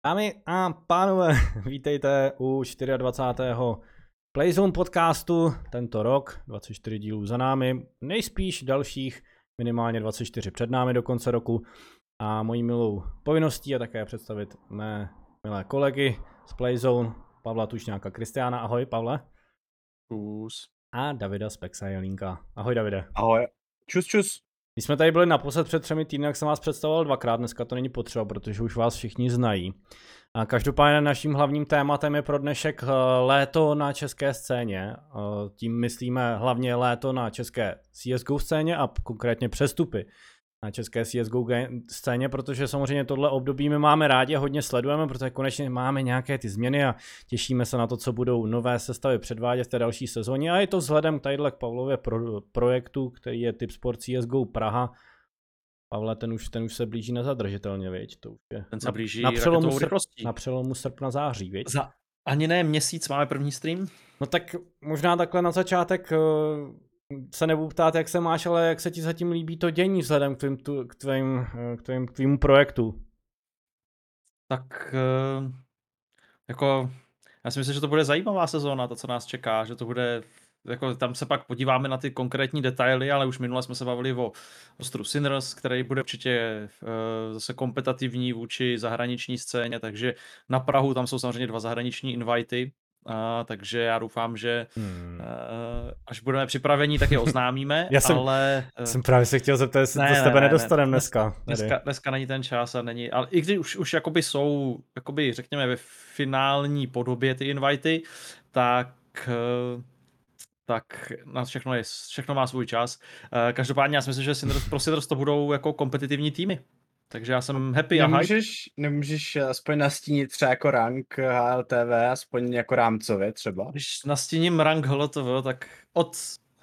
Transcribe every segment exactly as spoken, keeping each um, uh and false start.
Dámy a pánové, vítejte u dvacátého čtvrtého Playzone podcastu. Tento rok, dvacet čtyři dílů za námi, nejspíš dalších minimálně dvacet čtyři před námi do konce roku. A mojí milou povinností je také představit mé milé kolegy z Playzone, Pavla Tučňáka, Kristiána. Ahoj, Pavle. Čus. A Davida Spexa Jelínka. Ahoj, Davide. Ahoj. Čus, čus. Když jsme tady byli naposled před třemi týdny, jak jsem vás představoval dvakrát, dneska to není potřeba, protože už vás všichni znají. A každopádně naším hlavním tématem je pro dnešek léto na české scéně. Tím myslíme hlavně léto na české C S G O scéně a konkrétně přestupy na české C S G O scéně, protože samozřejmě tohle období my máme rádi a hodně sledujeme, protože konečně máme nějaké ty změny a těšíme se na to, co budou nové sestavy předvádět v té další sezóně. A je to vzhledem k tadyhle k Pavlově pro, projektu, který je Tipsport C S G O Praha. Pavle, ten už, ten už se blíží nezadržitelně, viď? To už je ten se blíží na, na, přelomu rychlostí. na přelomu srpna září, viď? Za ani ne měsíc máme první stream? No tak možná takhle na začátek uh, se nebudu ptát, jak se máš, ale jak se ti zatím líbí to dění vzhledem k tvým, tu, k tvým, k tvým, k tvým projektu? Tak uh, jako já si myslím, že to bude zajímavá sezóna, to, co nás čeká, že to bude, jako tam se pak podíváme na ty konkrétní detaily, ale už minule jsme se bavili o Ostru Sinners, který bude určitě uh, zase kompetitivní vůči zahraniční scéně, takže na Prahu tam jsou samozřejmě dva zahraniční invity. Uh, takže já doufám, že hmm. uh, až budeme připraveni, tak je oznámíme, já jsem, ale... Uh, jsem právě se chtěl zeptat, jestli ne, to z tebe ne, nedostaneme ne, dneska. Dneska, dneska není ten čas a není, ale i když už, už jakoby jsou, jakoby řekněme ve finální podobě ty invity, tak... Uh, tak na všechno, je, všechno má svůj čas. Uh, každopádně já si myslím, že Sinners, pro Sinners to budou jako kompetitivní týmy. Takže já jsem happy nemůžeš, a hype. Nemůžeš aspoň nastínit třeba jako rank H L T V, aspoň jako rámcově třeba? Když nastíním rank H L T V, tak od...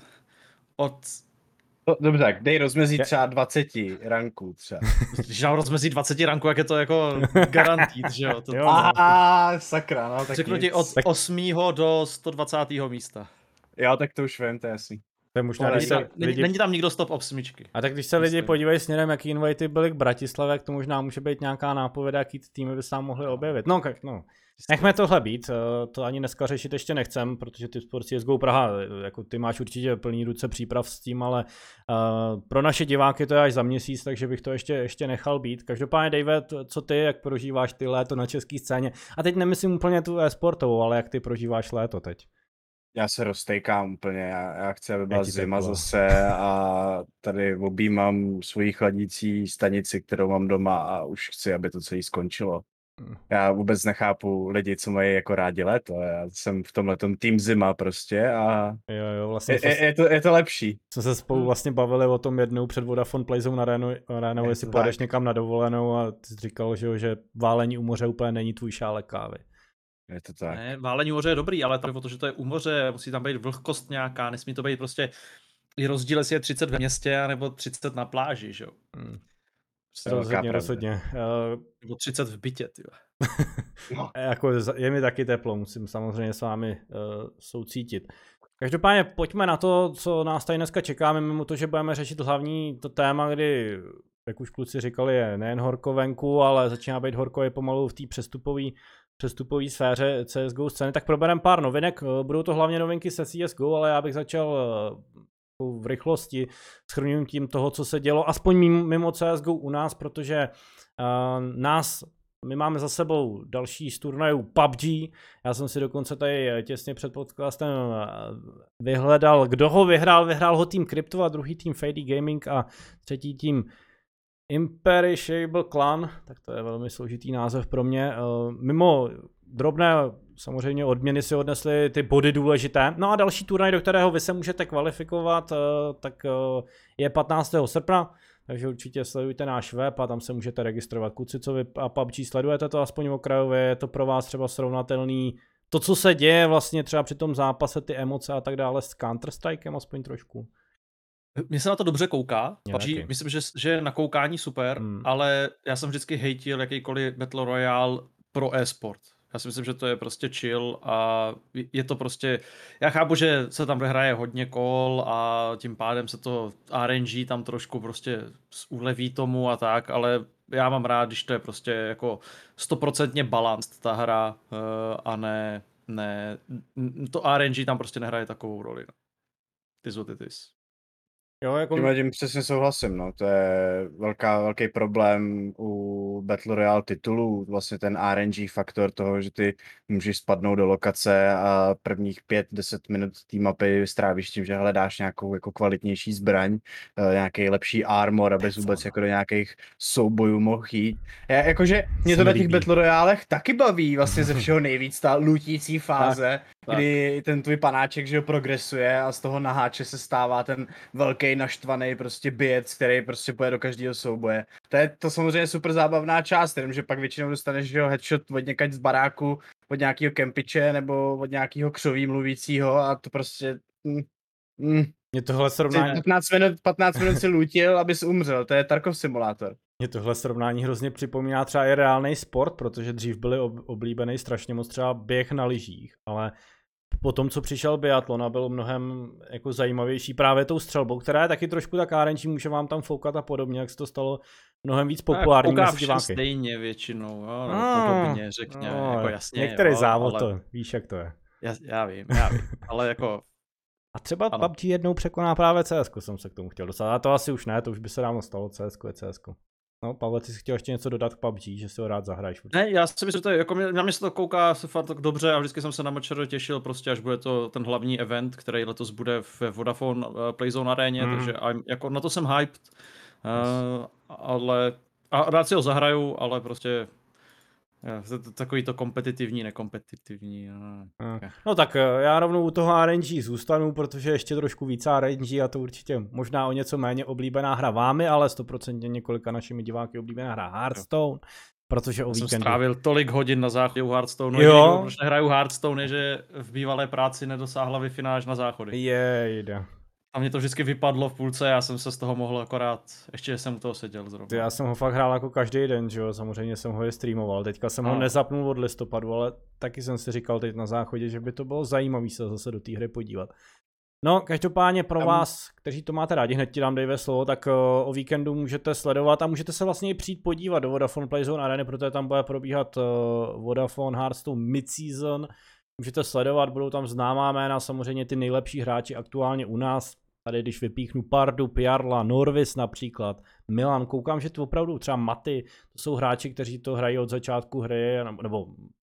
od No, dobře, tak dej rozmezí třeba dvacet ranků třeba. Když dám rozmezí dvacet ranků, jak je to jako garantít, že jo? To, jo a sakra, no tak řeknu nic. ti od osmého do sto dvacátého místa. Jo, tak to už vím, to je jasný. To je možná, není, se tam, lidi... není tam nikdo stop osmičky. A tak když se lidi podívají směrem, jaký invity byly k Bratislavě, jak to možná může být nějaká nápověda, jaký ty týmy by se tam mohly objevit. No, tak no. Nechme tohle být, to ani dneska řešit ještě nechcem, protože ty Sport C S G O Praha, jako ty máš určitě plný ruce příprav s tím, ale uh, pro naše diváky to je až za měsíc, takže bych to ještě, ještě nechal být. Každopádně David, co ty, jak prožíváš ty léto na české scéně? A teď nemyslím úplně tu e-sportovou, ale jak ty prožíváš léto teď? Já se roztejkám úplně, já, já chci, aby byla zima zase a tady objímám svoji chladící stanici, kterou mám doma a už chci, aby to celé skončilo. Já vůbec nechápu lidi, co mají jako rádi léto, já jsem v tomhletom tým zima prostě a jo, jo, vlastně je, je, je, to, je to lepší. Jsme se spolu vlastně bavili o tom jednou před Vodafone Playzone Arenou, arenou jestli pojedeš někam na dovolenou a ty jsi říkal, že, že válení u moře úplně není tvůj šálek kávy. Je to tak. Ne, válení u moře je dobrý, ale to, protože to je u moře, musí tam být vlhkost nějaká, nesmí to být prostě i rozdíl, jestli je třicet ve městě, nebo třicet na pláži, že jo. Hmm. Rozhodně, rozhodně. Uh... Nebo třicet v bytě, tyjo. No. Jako je mi taky teplo, musím samozřejmě s vámi uh, soucítit. Každopádně pojďme na to, co nás tady dneska čekáme, mimo to, že budeme řešit hlavní to téma, kdy, jak už kluci říkali, je nejen horko venku, ale začíná být horko je pomalu v té přestupové přestupové sféře C S G O scény, tak probereme pár novinek, budou to hlavně novinky se C S G O, ale já bych začal v rychlosti shrnutím toho, co se dělo, aspoň mimo C S G O u nás, protože uh, nás, my máme za sebou další z turnajů P U B G, já jsem si dokonce tady těsně před podcastem vyhledal, kdo ho vyhrál, vyhrál ho tým Crypto a druhý tým Fady Gaming a třetí tým Imperishable Clan, tak to je velmi složitý název pro mě. Mimo drobné samozřejmě odměny si odnesly ty body důležité. No a další turnaj, do kterého vy se můžete kvalifikovat, tak je patnáctého srpna, takže určitě sledujte náš web a tam se můžete registrovat. Kluci, co vy a P U B G sledujete to aspoň okrajově, je to pro vás třeba srovnatelný to, co se děje vlastně třeba při tom zápase, ty emoce a tak dále s Counter-Strikem aspoň trošku. Mně se na to dobře kouká, Paří, myslím, že, že je na koukání super, hmm. ale já jsem vždycky hejtil jakýkoliv Battle Royale pro e-sport. Já si myslím, že to je prostě chill a je to prostě, já chápu, že se tam hraje hodně kol a tím pádem se to R N G tam trošku prostě uleví tomu a tak, ale já mám rád, když to je prostě jako stoprocentně balanced ta hra uh, a ne, ne, to R N G tam prostě nehraje takovou roli. No. It is what it is. Jo, jako... Tím, tím přesně souhlasím, no. To je velká, velký problém u Battle Royale titulů, vlastně ten R N G faktor toho, že ty můžeš spadnout do lokace a prvních pět deset minut té mapy strávíš tím, že hledáš nějakou jako kvalitnější zbraň, nějaký lepší armor, abys vůbec jako do nějakých soubojů mohl jít. Já, jakože mě to na těch Battle Royálech taky baví, vlastně ze všeho nejvíc ta lutící fáze, tak, kdy tak. ten tvůj panáček, že ho progresuje a z toho naháče se stává ten velký naštvaný prostě bijec, který prostě pojede do každého souboje. To je to samozřejmě super zábavná část, jenom že pak většinou dostaneš že headshot od někať z baráku, od nějakého kempiče nebo od nějakého křoví mluvícího a to prostě... Mm, mm. Mě tohle srovnání... patnáct minut, patnáct minut si lutil, abys umřel, to je Tarkov simulátor. Mě tohle srovnání hrozně připomíná třeba i reálný sport, protože dřív byly oblíbený strašně moc třeba běh na lyžích, ale po tom, co přišel biatlon a byl mnohem jako zajímavější právě tou střelbou, která je taky trošku tak R N G, může vám tam foukat a podobně, jak se to stalo mnohem víc populární mezi diváky. Stejně většinou, jo, no, no, podobně, řekně, no, jako jasně. Některý jo, závod ale... to, víš jak to je. Já, já vím, já vím, ale jako... A třeba ano. P U B G jednou překoná právě C S ko, jsem se k tomu chtěl dostat, a to asi už ne, to už by se dávno stalo, C S ko je C S ko. No, Pavle, ty jsi chtěl ještě něco dodat k P U B G, že si ho rád zahraješ? Ne, já si myslím, že to je, jako mě, na mě se to kouká se fakt tak dobře a vždycky jsem se na Mečero těšil, prostě až bude to ten hlavní event, který letos bude v Vodafone uh, Playzone aréně, mm. takže I'm, jako na to jsem hyped, uh, ale a rád si ho zahraju, ale prostě je, to, takový to kompetitivní, nekompetitivní. No. no tak já rovnou u toho R N G zůstanu, protože ještě trošku víc R N G a to určitě možná o něco méně oblíbená hra vámi, ale stoprocentně několika našimi diváky oblíbená hra Hearthstone, protože o víkendu... Jsem strávil tolik hodin na záchodě u Hearthstoneu, jo. Proč nehraju Hearthstone, je, že v bývalé práci nedosáhla Wi-Fi až na záchody. Je, jde. A mě to vždycky vypadlo v půlce, já jsem se z toho mohl akorát, ještě že jsem u toho seděl zrovna. Já jsem ho fakt hrál jako každý den, že jo, samozřejmě jsem ho je streamoval, teďka jsem no. ho nezapnul od listopadu, ale taky jsem si říkal teď na záchodě, že by to bylo zajímavý se zase do té hry podívat. No, každopádně pro vás, kteří to máte rádi, hned ti dám Dave slovo, tak uh, o víkendu můžete sledovat a můžete se vlastně i přijít podívat do Vodafone Playzone Areny, protože tam bude probíhat uh, Vodafone Hearthstone Mid-Season. Můžete sledovat, budou tam známá jména, samozřejmě ty nejlepší hráči aktuálně u nás. Tady když vypíchnu Pardu, Jarla, Norvis například, Milan, koukám, že to opravdu třeba Maty, to jsou hráči, kteří to hrají od začátku hry, nebo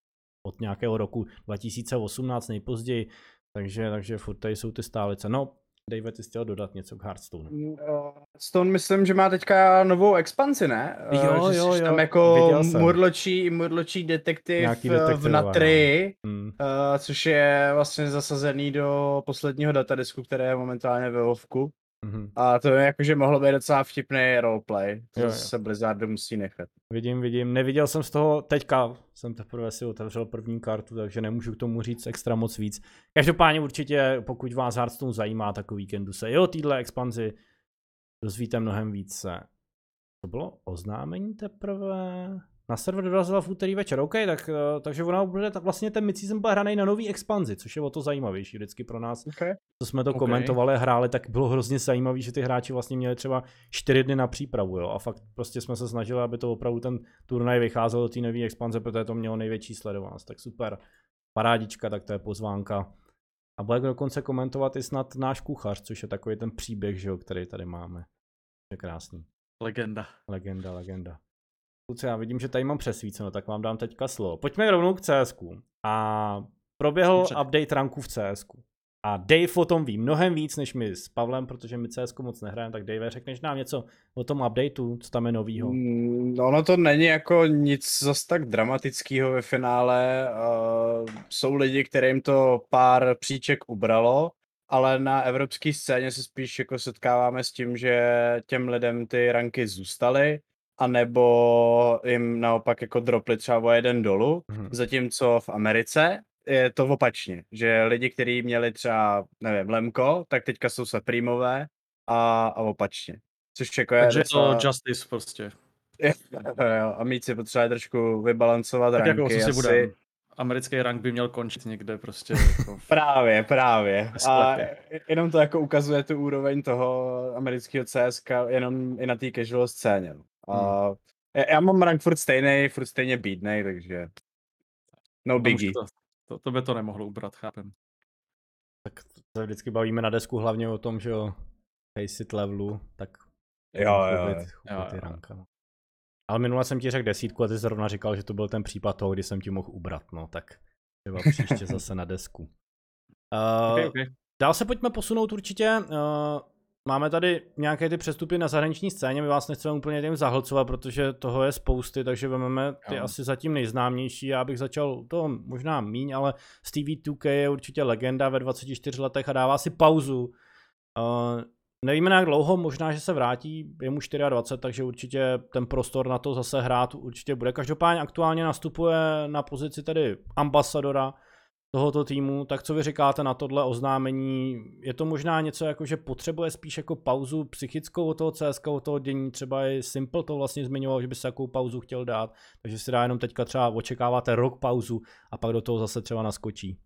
od nějakého roku dva tisíce osmnáct nejpozději, takže, takže furt tady jsou ty stálice. No, Dave, ty jsi chtěl dodat něco k Hearthstone. Stone myslím, že má teďka novou expanzi, ne? Jo, že jo, jo. Tam jako murločí, murločí detektiv v Natry, hmm. uh, což je vlastně zasazený do posledního datadisku, které je momentálně ve WoWku. Mm-hmm. A to je jakože mohlo být docela vtipný roleplay, to jo, jo. se Blizzardu musí nechat. Vidím, vidím, neviděl jsem z toho, teďka jsem teprve si otevřel první kartu, takže nemůžu k tomu říct extra moc víc. Každopádně určitě, pokud vás Hearthstone zajímá, tak o víkendu se jo, týhle expanzi dozvíte mnohem více. To bylo oznámení teprve... Na server dorazila v úterý večer, OK, tak, takže ona bude, tak vlastně ten mid-season byl hraný na nový expanzi, což je o to zajímavější vždycky pro nás. Okay. Co jsme to okay. komentovali, hráli, tak bylo hrozně zajímavý, že ty hráči vlastně měli třeba čtyři dny na přípravu, jo, a fakt prostě jsme se snažili, aby to opravdu ten turnaj vycházel do té nové expanze, protože to mělo největší sledovanost, tak super, parádička, tak to je pozvánka. A bude dokonce komentovat i snad náš kuchař, což je takový ten příběh, že jo, který tady máme. Je krásný. Legenda. Legenda, legenda. Kluci, já vidím, že tady mám přesvíceno, tak vám dám teďka slovo. Pojďme rovnou k C S ku. A proběhl Dobře. update ranku v C S ku. A Dave o tom ví mnohem víc než my s Pavlem, protože my C S ku moc nehrajeme, tak Dave, řekneš nám něco o tom updateu, co tam je novýho? Mm, ono to není jako nic zas tak dramatického ve finále. Uh, jsou lidi, kterým to pár příček ubralo, ale na evropské scéně se spíš jako setkáváme s tím, že těm lidem ty ranky zůstaly, a nebo jim naopak jako dropli třeba o jeden dolů, hmm. zatímco v Americe je to opačně, že lidi, kteří měli třeba, nevím, lemko, tak teďka jsou supremové a, a opačně. Což jako je Takže docela... to justice prostě. Jo, a mít si potřebuje trošku vybalancovat tak ranky. Jako, asi. Budem. Americký rank by měl končit někde prostě. Jako... právě, právě. A jenom to jako ukazuje tu úroveň toho amerického C S ka jenom i na té casual scéně. A hmm. Já, já mám rank furt stejný, furt stejně bídnej, takže no biggie. To, to, to by to nemohlo ubrat, chápem. Tak se vždycky bavíme na desku hlavně o tom, že jo, faceit levelu, tak jo, jo, chopit, jo. chopit ty ranka. Ale minule jsem ti řekl desítku a ty zrovna říkal, že to byl ten případ toho, kdy jsem ti mohl ubrat, no tak třeba příště zase na desku. Uh, okay, okay. Dál se pojďme posunout určitě. Uh, máme tady nějaké ty přestupy na zahraniční scéně, my vás nechceme úplně tím zahlcovat, protože toho je spousty, takže vezmeme ty jo. asi zatím nejznámější. Já bych začal to možná míň, ale Stevie two K je určitě legenda ve dvaceti čtyřech letech a dává si pauzu. Uh, nevíme jak dlouho, možná, že se vrátí, je mu dvacet čtyři, takže určitě ten prostor na to zase hrát určitě bude. Každopádně aktuálně nastupuje na pozici tedy ambasadora tohoto týmu, tak co vy říkáte na tohle oznámení? Je to možná něco jako, že potřebuje spíš jako pauzu psychickou od toho C S K, od toho dění, třeba i Simple to vlastně zmiňoval, že by se jakou pauzu chtěl dát, takže si dá jenom teďka třeba očekáváte rok pauzu a pak do toho zase třeba naskočí.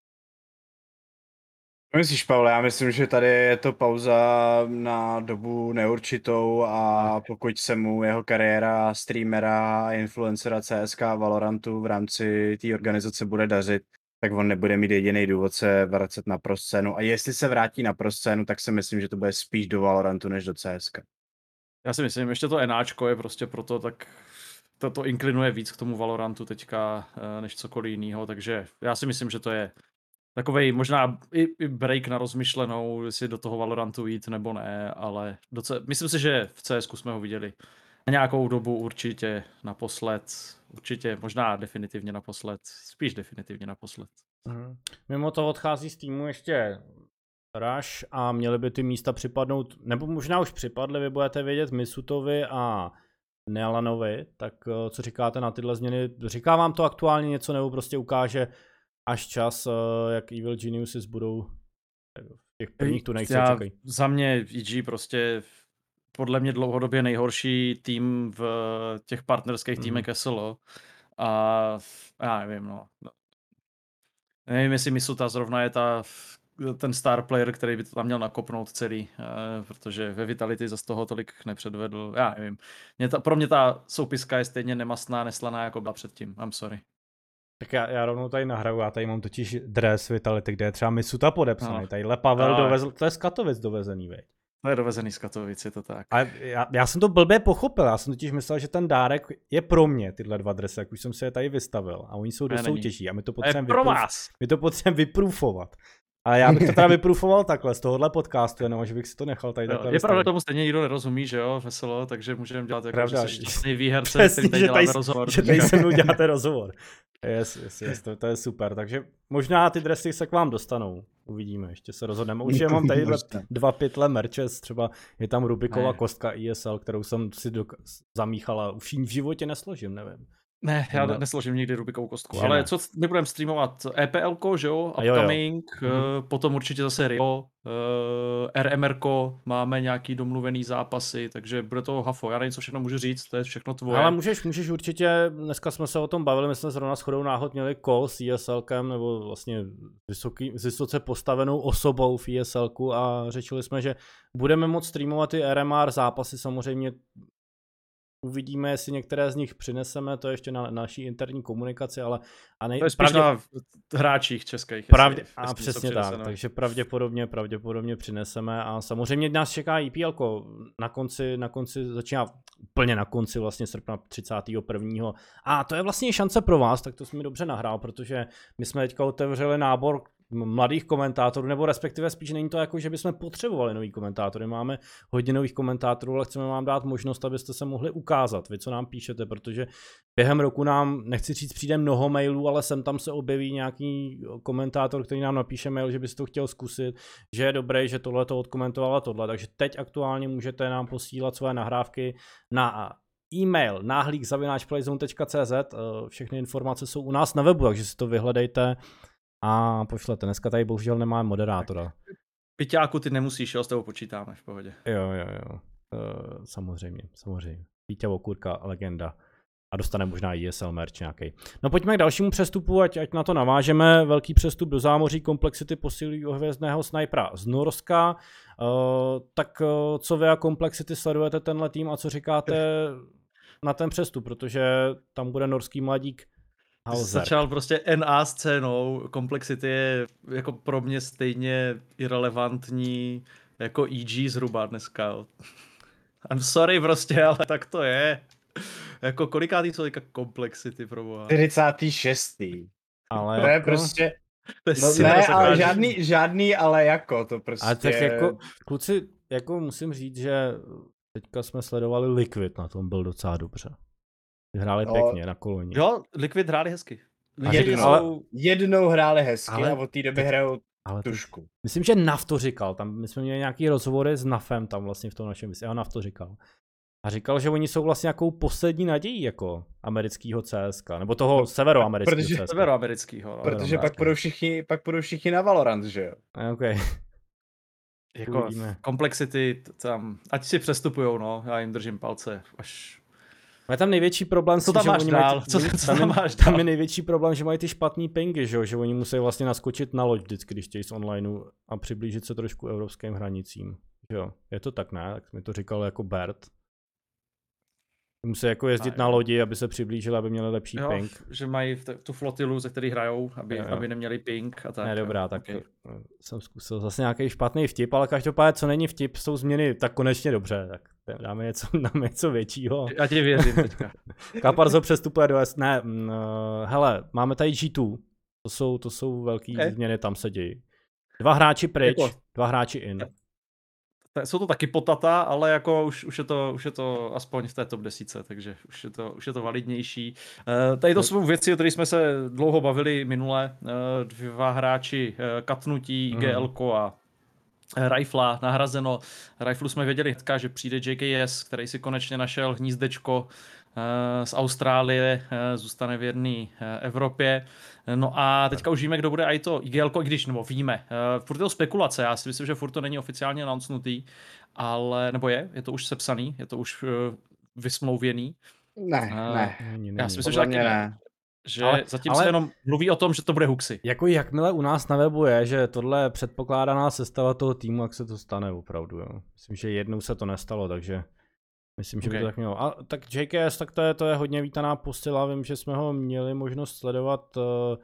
Myslíš, Pavle, já myslím, že tady je to pauza na dobu neurčitou a pokud se mu jeho kariéra streamera a influencera C S K Valorantu v rámci té organizace bude dařit, tak on nebude mít jediný důvod se vracet na pro scénu. A jestli se vrátí na pro scénu, tak si myslím, že to bude spíš do Valorantu než do C S K. Já si myslím, ještě to NAčko je prostě proto tak to, to inklinuje víc k tomu Valorantu teďka než cokoliv jiného, takže já si myslím, že to je takovej možná i, i break na rozmyšlenou, jestli do toho Valorantu jít nebo ne, ale doce- myslím si, že v C S ku jsme ho viděli na nějakou dobu určitě naposled, určitě možná definitivně naposled, spíš definitivně naposled. Mhm. Mimo to odchází z týmu ještě Rush a měly by ty místa připadnout, nebo možná už připadly, vy budete vědět Misutovi a Nealanovi, tak co říkáte na tyhle změny? Říká vám to aktuálně něco nebo prostě ukáže až čas, jak Evil Geniuses budou v těch prvních turnajích čekají? Za mě E G prostě podle mě dlouhodobě nejhorší tým v těch partnerských týmech mm. S L O a já nevím, no. Nevím, jestli Misuta zrovna je ta, ten star player, který by to tam měl nakopnout celý, protože ve Vitality zase toho tolik nepředvedl, já nevím. Mě ta, pro mě ta soupiska je stejně nemastná, neslaná, jako byla předtím, I'm sorry. Tak já, já rovnou tady nahraju, já tady mám totiž dres Vitality, kde je třeba Misuta podepsaný, no. Tadyhle Pavel no. dovezl, to je z Katovic dovezený, veď. To je dovezený z Katovic, je to tak. A já, já jsem to blbě pochopil, já jsem totiž myslel, že ten dárek je pro mě, tyhle dva dresy, jak už jsem si je tady vystavil a oni jsou do soutěží a my to potřebujeme pro vás. My to potřebujeme vyproofovat. A já bych to teda vyproofoval takhle z tohohle podcastu, jenom že bych si to nechal tady takhle. Je pravda, tomu stejně nikdo nerozumí, že jo, veselo, takže můžeme dělat jako, pravda, že jsi šťastný výherce, přesně, který tady děláme rozhovor. Že tady se mnou děláte rozhovor. Yes, yes, yes, to, to je super, takže možná ty dresy se k vám dostanou, uvidíme, ještě se rozhodneme. Už je mám tady dva pytle merches, třeba je tam Rubikova ne. kostka I S L, kterou jsem si dok- zamíchala, už ji v životě nesložím, nevím. Ne, já no. nesložím nikdy Rubikovou kostku, ale ne. Co my budeme streamovat? E P L ko, že jo, Upcoming, jo, jo. Uh, potom určitě zase Rio, uh, R M R ko, máme nějaký domluvený zápasy, takže bude to hafo, já nevím, co všechno můžu říct, to je všechno tvoje. Ale můžeš, můžeš určitě, dneska jsme se o tom bavili, my jsme zrovna shodou náhod měli call s ISLkem, nebo vlastně vysoký, vysoce postavenou osobou v ISLku a řečili jsme, že budeme moct streamovat ty R M R zápasy, samozřejmě uvidíme, jestli některé z nich přineseme, to ještě na naší interní komunikaci, ale... A nej... To je spíš pravdě... na hráčích českých. Pravdě... Jestli, a jestli přesně tak, přineseme. Takže pravděpodobně, pravděpodobně přineseme a samozřejmě nás čeká I P L ko. Na konci, na konci začíná úplně na konci vlastně srpna třicátého prvního A to je vlastně šance pro vás, tak to jsi mi dobře nahrál, protože my jsme teďka otevřeli nábor mladých komentátorů, nebo respektive spíš není to jako, že bychom potřebovali nový komentátory. Máme hodně nových komentátorů, ale chceme vám dát možnost, abyste se mohli ukázat, vy co nám píšete, protože během roku nám, nechci říct, přijde mnoho mailů, ale sem tam se objeví nějaký komentátor, který nám napíše mail, že by si to chtěl zkusit, že je dobré, že tohle to odkomentovala tohle, takže teď aktuálně můžete nám posílat své nahrávky na e-mail náhlík zavináč playzone tečka cé zet, všechny informace jsou u nás na webu, takže si to vyhledejte a pošlete. Dneska tady bohužel nemáme moderátora. Piťáku, ty nemusíš, jo, s tebou počítáme v pohodě. Jo, jo, jo. Uh, samozřejmě, samozřejmě. Píťa Okurka, legenda. A dostane možná I S L merch nějaký. No pojďme k dalšímu přestupu, ať, ať na to navážeme. Velký přestup do zámoří, Complexity posílí hvězdného snajpera z Norska. Uh, tak uh, co vy a Complexity sledujete tenhle tým a co říkáte na ten přestup, protože tam bude norský mladík Ty jsi Halzer. začal prostě N A scénou, Complexity je jako pro mě stejně irrelevantní jako E G zhruba dneska. Jo. I'm sorry prostě, ale tak to je. Jako kolikátý jsou teďka Complexity, proboha. čtyřicátý šestý Ale To je jako, prostě, To je no syna ne, sakra. ale žádný, žádný, ale jako, to prostě. ale tak jako, kluci, jako musím říct, že teďka jsme sledovali Liquid, na tom byl docela dobře. Hráli No, pěkně na koloní. Jo, Liquid hráli hezky. jednou, ale- ale, jednou hráli hezky ale a od té doby teď- hrajou Ale to, tušku. myslím, že Naf to říkal, tam my jsme měli nějaký rozhovory s Nafem tam vlastně v tom našem vysvětlení, a Naf to říkal. A říkal, že oni jsou vlastně nějakou poslední nadějí jako amerického C S K, nebo toho No, severoamerického protože- C S K. Severoamerickýho. No. Protože pak budou všichni, pak budou všichni na Valorant, že jo? A okay. Jako Uvidíme. Complexity t- tam, ať si přestupujou, no, já jim držím palce, až... Je tam největší problém, Co s tím, tam že máš oni dál? Mají ty, Co- oni, co tam, tam je, máš tam dál? je největší problém, že mají ty špatný pingy, že, jo? Že oni musí vlastně naskočit na loď vždycky, když chtějí z onlineu a přiblížit se trošku evropským hranicím. Že jo, je to tak, ne? Tak mi to říkal jako Bert. Musí jako jezdit A na jo. lodi, aby se přiblížili, aby měli lepší Jo, ping. že mají v t- tu flotilu, ze který hrajou, aby, Jo, jo. aby neměli ping a tak. Ne, jo. dobrá, tak Okay. jsem zkusil zase nějaký špatný vtip, ale každopádně, co není vtip, jsou změny, tak konečně dobře, tak dáme něco, dáme něco většího. Já ti věřím teďka. Kaparzo přestupuje do S, ne, mm, uh, hele, máme tady G dva, to jsou, to jsou velký Okay. změny, tam se dějí. Dva hráči pryč, Jako- dva hráči in. Ta- Jsou to taky potata, ale jako už, už, je to, už je to aspoň v té top desíce, takže už je to, už je to validnější. Uh, tady to jsou věci, o kterých jsme se dlouho bavili minule. Uh, dva hráči, uh, katnutí, Mhm. G L ko a Rifla nahrazeno. Riflu jsme věděli hnedka, že přijde J K S, který si konečně našel hnízdečko uh, z Austrálie, uh, zůstane věrný uh, Evropě. No a teďka už víme, kdo bude i to I G L ko, i když, nebo víme. Uh, furt je to spekulace, já si myslím, že furt to není oficiálně announcnutý, ale, nebo je, je to už sepsaný, je to už uh, vysmlouvěný. Ne, A- ne. Není, není. Já si myslím, že Podle taky mě ne. ne. Že Ale- zatím ale- se jenom mluví o tom, že to bude Huxi. Jako jakmile u nás na webu je, že tohle je předpokládaná sestava toho týmu, jak se to stane opravdu, jo. Myslím, že jednou se to nestalo, takže myslím, že by to Ok. tak mělo. A tak J K S, tak to je, to je hodně vítaná posila, vím, že jsme ho měli možnost sledovat uh,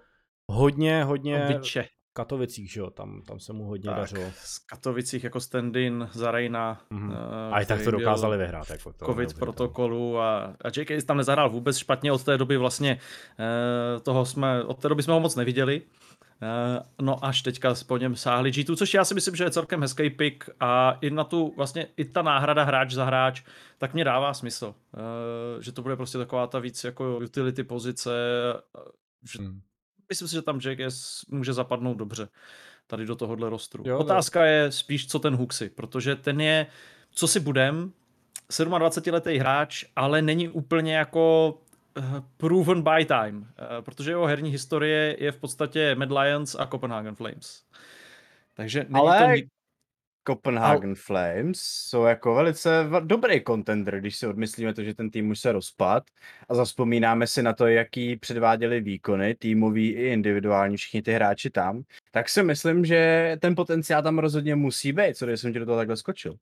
hodně, hodně Vyče. v Katovicích, že jo, tam, tam se mu hodně Tak, dařilo. z Katovicích jako stand-in za Rejna. Mhm. eh, A i tak to který byl dokázali vyhrát. Jako to, covid neuvěřitelné. protokolu a, a J K tam nezahrál vůbec špatně od té doby vlastně, eh, toho jsme, od té doby jsme ho moc neviděli. Eh, no až teďka po něm sáhli G dva, což já si myslím, že je celkem hezký pick a i na tu, vlastně i ta náhrada hráč za hráč, tak mě dává smysl. Eh, že to bude prostě taková ta víc jako utility pozice, eh, že Hmm. myslím si, že tam J K S může zapadnout dobře tady do tohohle rostru. Jo, jo. Otázka je spíš, co ten Huxi, protože ten je, co si budem, sedmadvacetiletý hráč, ale není úplně jako uh, proven by time, uh, protože jeho herní historie je v podstatě Mad Lions a Copenhagen Flames. Takže není Ale to... Ni- Copenhagen Flames jsou jako velice v- dobrý contender, když si odmyslíme to, že ten tým už se rozpad a zavzpomínáme si na to, jaký předváděli výkony, týmový i individuální, všichni ty hráči tam, tak si myslím, že ten potenciál tam rozhodně musí být, co když jsem ti do toho takhle skočil.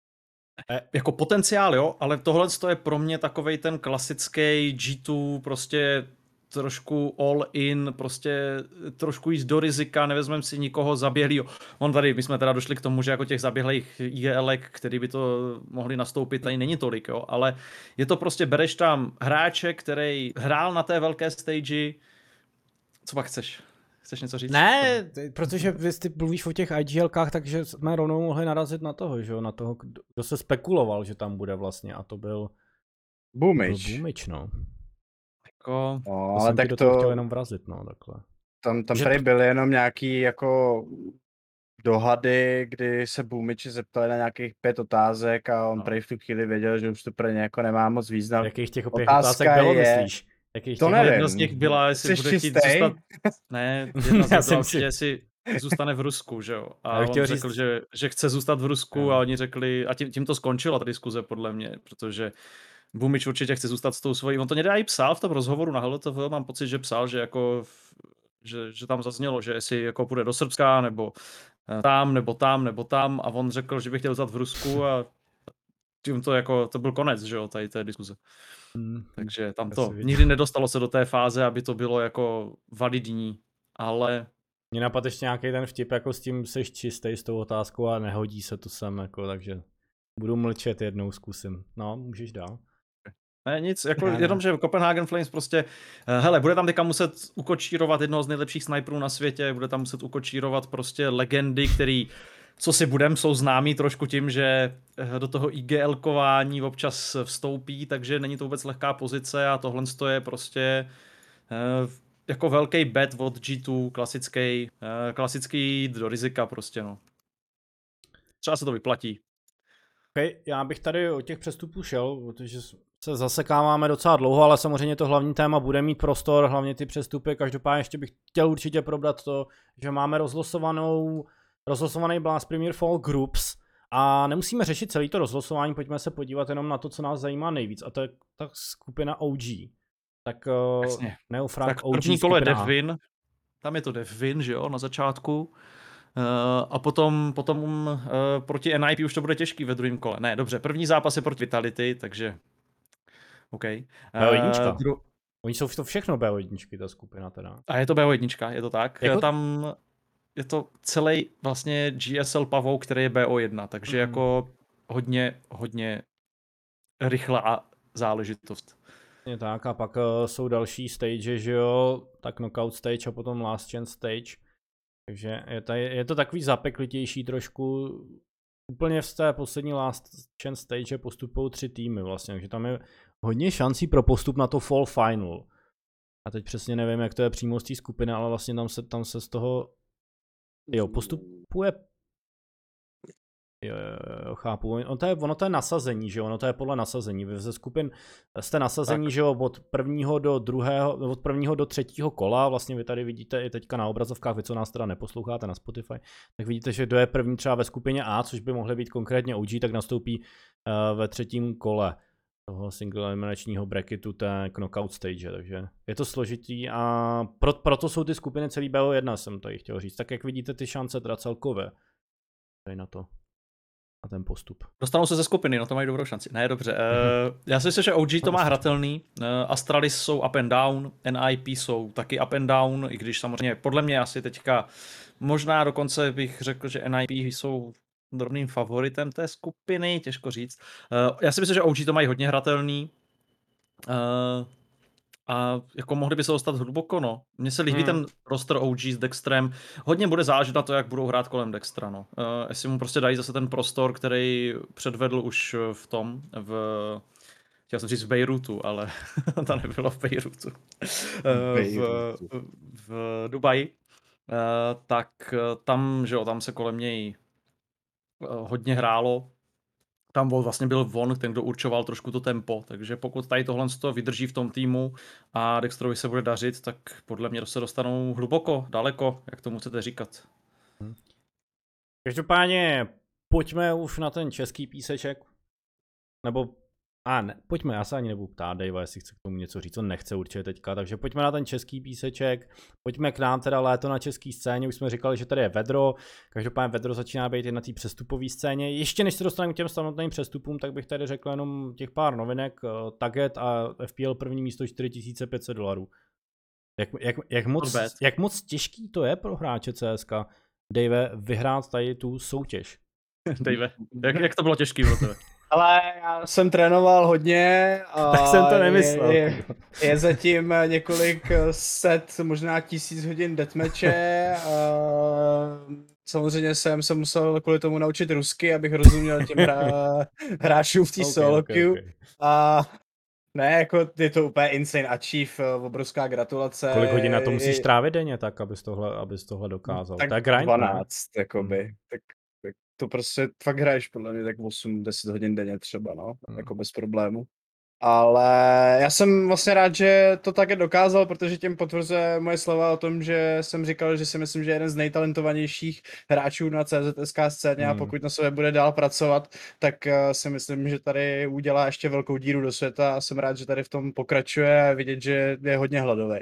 jako potenciál, jo, ale tohle je pro mě takovej ten klasický G dva, prostě trošku all in, prostě trošku jít do rizika, nevezmeme si nikoho zaběhlýho. On tady, my jsme teda došli k tomu, že jako těch zaběhlých I G L ek, který by to mohli nastoupit, tady není tolik, jo, ale je to prostě, bereš tam hráče, který hrál na té velké stage, co pak chceš? Chceš něco říct? Ne, ty- protože vy ty mluvíš o těch I G L kách, takže jsme rovnou mohli narazit na toho, že jo, na toho, kdo kdo se spekuloval, že tam bude vlastně a to byl, byl Boomič. Boomič, no. Jako, To No, ale jsem ti tak do toho chtěl to, jenom vrazit, no, takhle. tam, tam že tady to- byly jenom nějaký jako dohady, kdy se Boomiči zeptali na nějakých pět otázek a on No. prej v tu chvíli věděl, že už to pro ně jako nemá moc význam. Jakých těch pět Otázka otázek bylo, je- myslíš? Jakých To těch nevím. jedna z nich byla, jestli Jsi bude chtít čistý? zůstat... Ne, jedna z Já nich jsem byla si- určitě, jestli zůstane v Rusku, že jo. A Já bych on chtěl řekl, říct- že, že chce zůstat v Rusku Jo. a oni řekli, a tím, tím to skončila ta diskuze podle mě, protože Boomič určitě chce zůstat s tou svojí, on to někde i psal v tom rozhovoru na H L T V, mám pocit, že psal, že jako, v- že, že tam zaznělo, že jestli jako půjde do Srbska, nebo eh, tam, nebo tam, nebo tam a on řekl, že by chtěl zůstat v Rusku a tím to jako, to byl konec, že jo, tady té diskuze. Hmm. Takže tam Já to si vidím. nikdy nedostalo se do té fáze, aby to bylo jako validní, ale Mě napadl ještě nějaký ten vtip, jako s tím seš čistý s tou otázkou a nehodí se to sem, jako, takže budu mlčet, jednou zkusím. No, můžeš dál. ne, nic, jako Ne, ne. jenom, že Copenhagen Flames prostě, eh, hele, bude tam teďka muset ukočírovat jednoho z nejlepších sniperů na světě, bude tam muset ukočírovat prostě legendy, který, co si budem, jsou známí trošku tím, že eh, do toho IGL-kování občas vstoupí, takže není to vůbec lehká pozice a tohle je prostě eh, jako velký bet od G dva, klasický, eh, klasický jít do rizika prostě, no. Třeba se to vyplatí. Okay, já bych tady o těch přestupů šel, protože se zasekáváme docela dlouho, ale samozřejmě to hlavní téma bude mít prostor, hlavně ty přestupy. Každopádně ještě bych chtěl určitě probrat to, že máme rozlosovanou, rozlosovaný Blast Premier Fall Groups a nemusíme řešit celý to rozlosování, pojďme se podívat jenom na to, co nás zajímá nejvíc, a to je ta skupina O G. Tak uh, Neofrag Tak O G první kolo je skupina A. Devwin, tam je to Devwin, že jo, na začátku. Uh, a potom, potom uh, proti N I P už to bude těžký ve druhém kole. Ne, dobře, první zápas je proti Vitality, takže OK. B O jedna. Uh, dru... Oni jsou to všechno B O jedna, ta skupina teda. A je to B O jedna, je to tak. Jako... Tam je to celý vlastně G S L Pavou, který je B O jedna, takže mm. jako hodně, hodně rychlá záležitost. Je tak, a pak uh, jsou další stage, že jo, tak knockout stage a potom last chance stage. Takže je to, je to takový zapeklitější trošku. Úplně v té poslední last chance stage postupují tři týmy vlastně, takže tam je hodně šancí pro postup na to fall final. A teď přesně nevím, jak to je přímo z té skupiny, ale vlastně tam se, tam se z toho, jo, postupuje, jo, jo, jo, chápu, ono to, je, ono to je nasazení, že jo, ono to je podle nasazení, vy ze skupin jste nasazení, tak. Že jo, od prvního do druhého, od prvního do třetího kola, vlastně vy tady vidíte i teďka na obrazovkách, vy co nás teda neposloucháte na Spotify, tak vidíte, že kdo je první třeba ve skupině A, což by mohly být konkrétně O G, tak nastoupí uh, ve třetím kole toho single eliminačního bracketu, té knockout stage, takže je to složitý a pro, proto jsou ty skupiny celý B O jedna, jsem tady chtěl říct, tak jak vidíte ty šance teda celkově, tady na to. A ten postup. Dostanou se ze skupiny, no to mají dobrou šanci. Ne, dobře. Mm-hmm. Uh, já si myslím, že O G to má hratelný. Uh, Astralis jsou up and down, N I P jsou taky up and down, i když samozřejmě podle mě asi teďka možná dokonce bych řekl, že N I P jsou drobným favoritem té skupiny, těžko říct. Uh, já si myslím, že O G to mají hodně hratelný. Uh, A jako mohli by se dostat hluboko, no. Mně se líbí hmm. ten roster O G s Dextrem. Hodně bude záležet na to, jak budou hrát kolem Dextra, no. Uh, jestli mu prostě dají zase ten prostor, který předvedl už v tom, v... Chtěl jsem říct v Bejrutu, ale to nebylo v Bejrutu. Uh, v, v Dubaji. Uh, tak tam, že jo, tam se kolem něj hodně hrálo. Tam vlastně byl on, ten, kdo určoval trošku to tempo, takže pokud tady tohle vydrží v tom týmu a Dextrovi se bude dařit, tak podle mě se dostanou hluboko, daleko, jak tomu chcete říkat. Hmm. Každopádně pojďme už na ten český píseček, nebo a ne, pojďme, já se ani nebudu ptát Dave, jestli chce k tomu něco říct, co nechce určitě teďka, takže pojďme na ten český píseček, pojďme k nám teda léto na český scéně, už jsme říkali, že tady je vedro, každopádně vedro začíná být i na té přestupové scéně, ještě než se dostaneme k těm samotným přestupům, tak bych tady řekl jenom těch pár novinek, uh, Target a F P L první místo čtyři tisíce pět set dolarů. Jak, jak, jak, moc, jak moc těžký to je pro hráče C S K, Dave, vyhrát tady tu soutěž? Dave, jak, jak to bylo těžký pro tebe? Ale já jsem trénoval hodně a tak jsem to nemyslel. Je, je zatím několik set, možná tisíc hodin deathmatche. A samozřejmě jsem se musel kvůli tomu naučit rusky, abych rozuměl těm hra, hráčům v té okay, solo okay, queue. Okay. A ne, jako je to úplně insane achieve, obrovská gratulace. Kolik hodin na to musíš trávit denně tak, abys tohle, abys tohle dokázal? Tak to je grind, dvanáct, ne? Jakoby. Hmm. Tak to prostě fakt hraješ podle mě tak osm deset hodin denně třeba, no, hmm. jako bez problému. Ale já jsem vlastně rád, že to také dokázal, protože tím potvrzuje moje slova o tom, že jsem říkal, že si myslím, že je jeden z nejtalentovanějších hráčů na C Z S K scéně hmm. a pokud na sobě bude dál pracovat, tak si myslím, že tady udělá ještě velkou díru do světa a jsem rád, že tady v tom pokračuje a vidět, že je hodně hladový.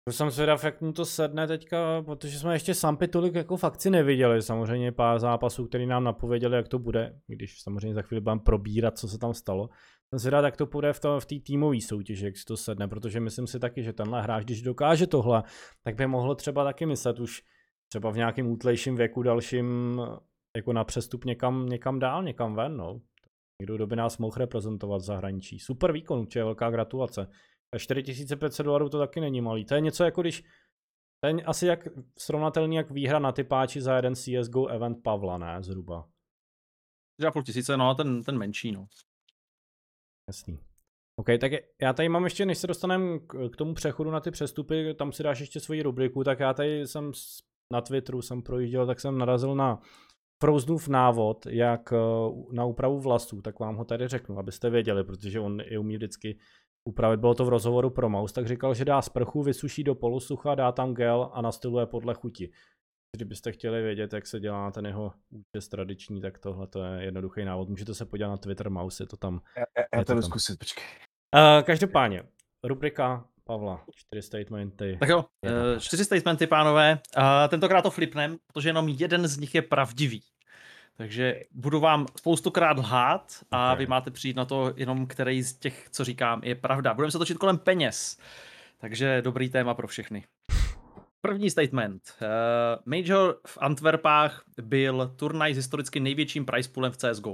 To jsem zvědav, jak mu to sedne teďka, protože jsme ještě Sampy tolik jako v akci neviděli. Samozřejmě pár zápasů, který nám napověděli, jak to bude, když samozřejmě za chvíli budeme probírat, co se tam stalo. Jsem zvědav, jak to půjde v, to, v té týmové soutěži, jak si to sedne, protože myslím si taky, že tenhle hráč, když dokáže tohle, tak by mohlo třeba taky myslet už třeba v nějakém útlejším věku dalším jako na přestup někam, někam dál, někam ven, no. Někdo, kdo by nás mohl reprezentovat v zahraničí. Super výkon, určitě velká gratulace. čtyři tisíce pět set dolarů to taky není malý. To je něco jako když, to je asi jak srovnatelný jak výhra na typáči za jeden C S G O event Pavla, ne? Zhruba. čtyři a půl tisíce, no ten, ten menší, no. Jasný. OK, tak já tady mám ještě, než se dostaneme k tomu přechodu na ty přestupy, tam si dáš ještě svoji rubriku, tak já tady jsem na Twitteru jsem projížděl, tak jsem narazil na Frozenův návod, jak na úpravu vlasů, tak vám ho tady řeknu, abyste věděli, protože on je umí vždycky upravit. Bylo to v rozhovoru pro Mouse, tak říkal, že dá sprchu, vysuší do polosucha, dá tam gel a nastyluje podle chuti. Kdybyste chtěli vědět, jak se dělá ten jeho účes tradiční, tak tohle to je jednoduchý návod. Můžete se podívat na Twitter Mouse, je to tam. Já, já je to jdu tam. zkusit, počkej. Uh, každopádně, rubrika Pavla, čtyři statementy. Tak jo, uh, čtyři statementy, pánové. Uh, tentokrát to flipnem, protože jenom jeden z nich je pravdivý. Takže budu vám spoustukrát lhát a okay. vy máte přijít na to jenom, který z těch, co říkám, je pravda. Budeme se točit kolem peněz, takže dobrý téma pro všechny. První statement. Uh, Major v Antwerpách byl turnaj s historicky největším prize poolem v C S G O.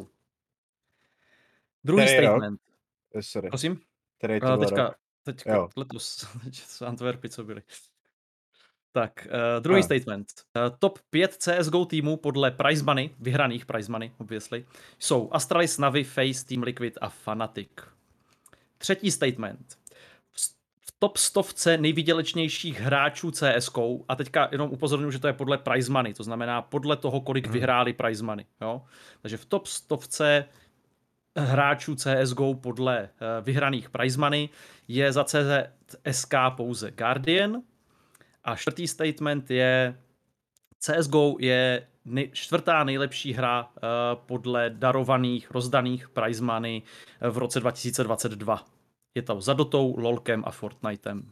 Druhý Který statement. Rok? Sorry. Prosím? Který to Uh, teďka, rok? teďka Jo. letos, z Antwerpy, co byly. Tak, uh, druhý no. statement. Uh, top pět C S G O týmů podle prize money, vyhraných prize money, obviously, jsou Astralis, Navi, FaZe, Team Liquid a Fnatic. Třetí statement. V top stovce nejvýdělečnějších hráčů C S G O, a teďka jenom upozorňuji, že to je podle prize money, to znamená podle toho, kolik hmm. vyhráli prize money. Jo? Takže v top stovce hráčů C S G O podle uh, vyhraných prize money je za C Z S K pouze Guardian. A čtvrtý statement je, C S G O je nej, čtvrtá nejlepší hra uh, podle darovaných, rozdaných prize money v roce dva tisíce dvacet dva. Je to za Dotou, LOLkem a Fortnitem.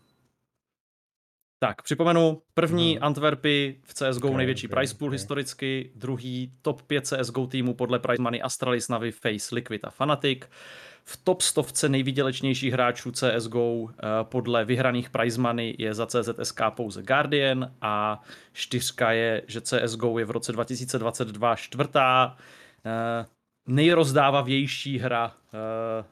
Tak, připomenu, první hmm. Antwerpy v C S G O okay, největší okay, prize pool okay. historicky, druhý top pět C S G O týmů podle prize money Astralis, Navi, FaZe, Liquid a Fnatic. V top stovce nejvýdělečnějších hráčů C S G O uh, podle vyhraných prize money je za C Z S K pouze Guardian a čtyřka je, že C S G O je v roce dva tisíce dvacet dva čtvrtá uh, nejrozdávavější hra uh,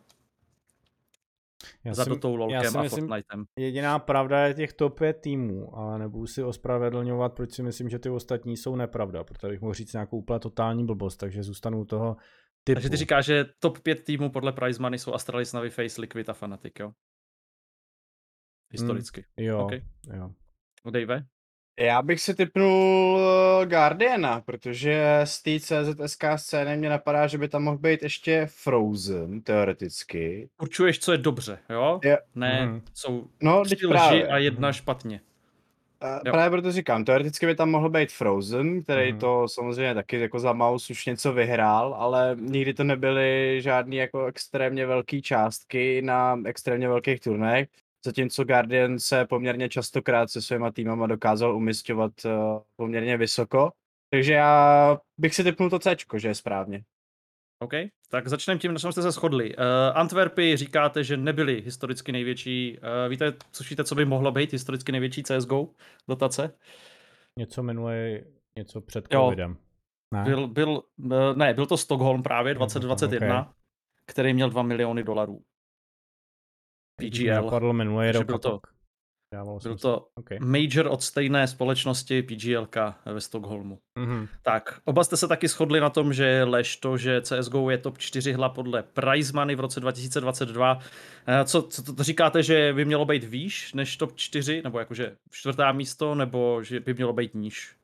já za si, Dotou, LOLkem a Fortnitem. Jediná pravda je těch top pět týmů, ale nebudu si ospravedlňovat, proč si myslím, že ty ostatní jsou nepravda, protože bych mohl říct nějakou úplně totální blbost, takže zůstanu u toho typu. Takže ty říkáš, že top pět týmů podle prize money jsou Astralis, Navi, FaZe, Liquid a Fnatic, jo? Historicky. Mm, jo, okay. jo. Dave? Já bych si tipnul Guardiana, protože z té C Z S K scény mě napadá, že by tam mohl být ještě Frozen, teoreticky. Určuješ, co je dobře, jo? Je. Ne, mm. jsou no, tři lži a jedna mm. špatně. Uh, právě proto říkám, teoreticky by tam mohl být Frozen, který mm. to samozřejmě taky jako za Mouse už něco vyhrál, ale nikdy to nebyly žádný jako extrémně velký částky na extrémně velkých turnajích. Zatímco Guardian se poměrně častokrát se svýma týmama dokázal umisťovat uh, poměrně vysoko. Takže já bych si tipnul to Cčko, že je správně. OK, tak začneme tím, na čem jste se shodli. Uh, Antwerpy říkáte, že nebyly historicky největší. Uh, víte, slyšíte, co by mohlo být historicky největší C S G O dotace? Něco minulé, něco před covidem. Ne? Byl, byl, uh, ne, byl to Stockholm právě dvacet dvacet jedna, okay. který měl dva miliony dolarů. P G L. Napadl minulý rok. Byl to, byl to okay. Major od stejné společnosti P G L K ve Stockholmu. Mm-hmm. Tak, oba jste se taky shodli na tom, že je lež to, že C S G O je top čtyři hla podle prize money v roce dva tisíce dvacet dva. Co, co to, to říkáte, že by mělo být výš než top čtyři? Nebo jakože čtvrtá místo, nebo že by mělo být níž?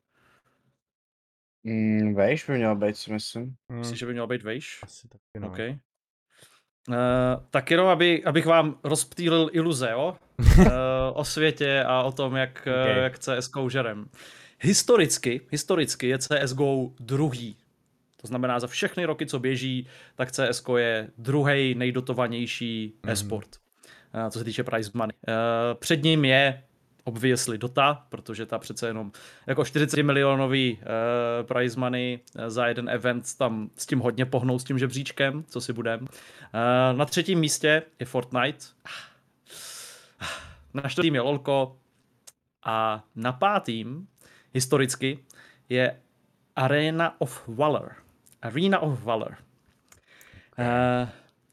Mm, vejš by mělo být, si myslím. Myslíš, že by mělo být vejš? Asi taky no. Okay. Uh, tak jenom, aby, abych vám rozptýlil iluze, jo? uh, o světě a o tom, jak, okay. uh, jak C S G O žerem. Historicky, historicky je C S G O druhý. To znamená, za všechny roky, co běží, tak C S G O je druhý nejdotovanější mm. e-sport, uh, co se týče prize money. Uh, před ním je obviously Dota, protože ta přece jenom jako čtyřicet milionový uh, prize money za jeden event tam s tím hodně pohnou s tím žebříčkem, co si budem. Uh, na třetím místě je Fortnite. Na čtvrtým je LOLko a na pátým historicky je Arena of Valor. Arena of Valor. Uh,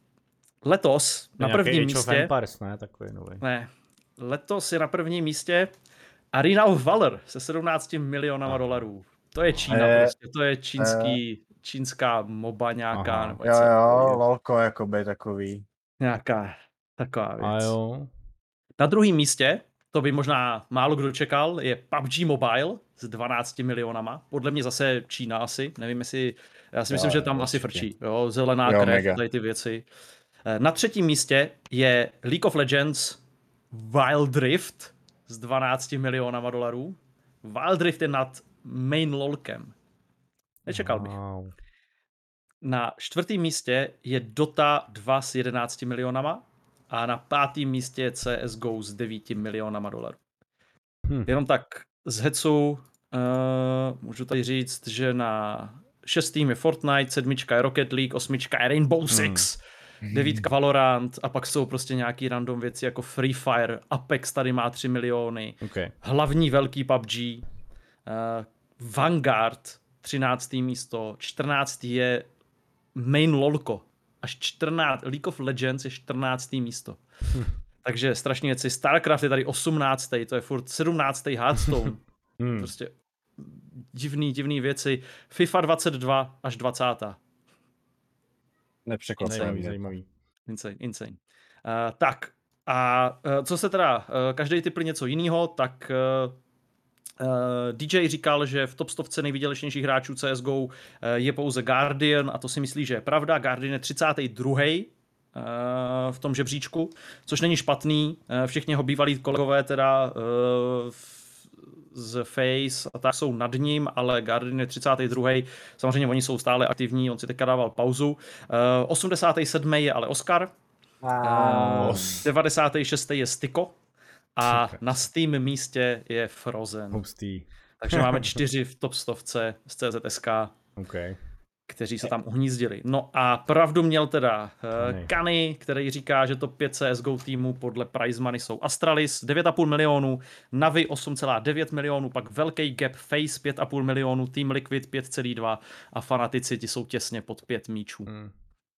letos na prvním místě... Empires, ne? Takový nový. Ne. Letos je na prvním místě Arena of Valor se sedmnácti milionama Aha. dolarů. To je Čína je, prostě, to je čínský, je. čínská moba nějaká. Nebo jo, jo, lolko jakoby takový. Nějaká taková věc. A jo. Na druhém místě, to by možná málo kdo čekal, je P U B G Mobile s dvanácti milionama. Podle mě zase Čína asi, nevím jestli, já si myslím, jo, že tam asi frčí. Jo, zelená jo, krev, tady ty věci. Na třetím místě je League of Legends Wild Rift s dvanácti milionama dolarů. Wild Rift je nad main lolkem. Nečekal bych. Wow. Na čtvrtém místě je Dota dva s jedenácti milionama a na pátém místě je C S G O s devíti milionama dolarů. Hmm. Jenom tak z hecu uh, můžu tady říct, že na šestým je Fortnite, sedmička je Rocket League, osmička je Rainbow Six, hmm. devítka Valorant a pak jsou prostě nějaký random věci jako Free Fire, Apex tady má tři miliony, okay. hlavní velký P U B G, uh, Vanguard třinácté místo, čtrnácté je main lolko, až čtrnácté, League of Legends je čtrnácté místo. Hm. Takže strašně věci. StarCraft je tady osmnácté, to je furt sedmnácté Hearthstone. hmm. Prostě divný, divný věci. FIFA dvacet dva až dvacátá Nepřekvapivý. Zajímavý. Insane, insane. Uh, tak, a uh, co se teda, uh, každý typl něco jiného, tak uh, uh, D J říkal, že v top stovce nejvýdělečnějších hráčů C S G O uh, je pouze Guardian a to si myslí, že je pravda. Guardian je třicátý druhý v tom žebříčku, což není špatný. Všichni jeho bývalí kolegové teda z Face a tak jsou nad ním, ale Guardian je třicátý druhý Samozřejmě oni jsou stále aktivní, on si teďka dával pauzu. osmdesátý sedmý je ale Oscar. Wow. devadesátý šestý je Styko. A na stým místě je Frozen. Hustý. Takže máme čtyři v top stovce z C Z S K. Okay. Kteří se tam uhnízdili. No a pravdu měl teda uh, Kany, který říká, že to pět C S G O týmů podle prize money jsou Astralis devět a půl milionů, Navi osm celá devět milionů, pak velký gap Face pět a půl milionů, Team Liquid pět celá dva a fanatici ti jsou těsně pod pět míčů. Hmm.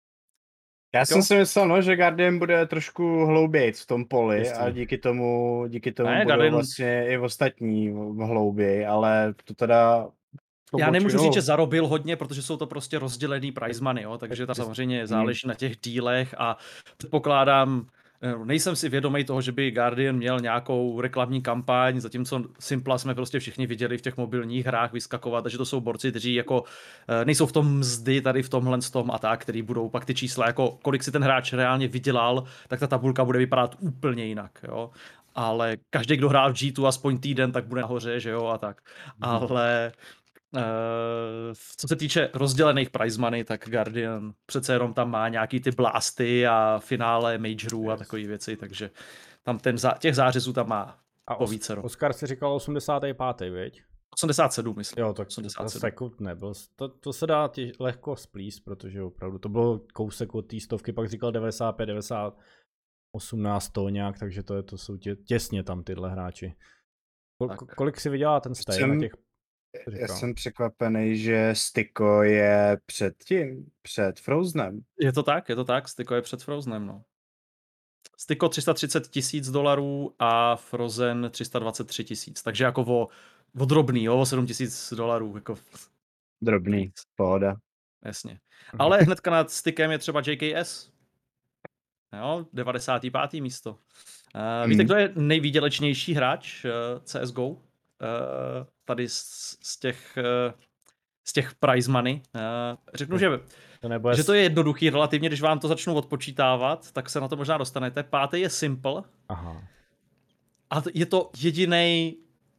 Já jsem si myslel, no, že Guardian bude trošku hloubějc v tom poli Jistý. a díky tomu, díky tomu ne, budou Guardian... vlastně i ostatní hlouběji, ale to teda... Já nemůžu říct, že zarobil hodně, protože jsou to prostě rozdělený prize money, jo? Takže tam samozřejmě záleží na těch dílech a předpokládám, nejsem si vědomý toho, že by Guardian měl nějakou reklamní kampaň, zatímco Simpla jsme prostě všichni viděli v těch mobilních hrách vyskakovat, takže to jsou borci, kteří jako nejsou v tom mzdy tady v tomhle tom a tak, který budou pak ty čísla, jako kolik si ten hráč reálně vydělal, tak ta tabulka bude vypadat úplně jinak, jo. Ale každý, kdo hrál v G dva aspoň týden, tak bude nahoře, že jo, a tak. Hmm. Ale Uh, co se týče rozdělených prize money, tak Guardian přece jenom tam má nějaký ty blasty a finále majorů yes. a takové věci, takže tam ten zá, těch zářezů tam má a po vícero. Oscar si říkal osmdesátý pátý viď? osmdesát sedm, myslím. Jo, tak osmdesát sedm. Sekund nebyl. To, to se dá tě, lehko splíst, protože opravdu to bylo kousek od té stovky, pak říkal devadesát pět, devadesát, osmnáct to nějak, takže to, je, to jsou tě, těsně tam tyhle hráči. Kol, kolik si vydělá ten stej na těch? Já jsem překvapený, že Styko je před tím, před Frozenem. Je to tak, je to tak, Styko je před Frozenem, no. Styko tři sta třicet tisíc dolarů a Frozen tři sta dvacet tři tisíc, takže jako o, o drobný, jo, o sedm tisíc dolarů, jako... Drobný, pohoda. Jasně. Ale hnedka nad Stykem je třeba J K S, jo, devadesátý pátý místo. Uh, víte, mm. kdo je nejvýdělečnější hráč uh, C S G O? Uh, tady z, z těch uh, z těch prize money. Uh, řeknu, že to, nebude... že to je jednoduchý relativně, když vám to začnu odpočítávat, tak se na to možná dostanete. Pátý je Simple. Aha. A je to jediný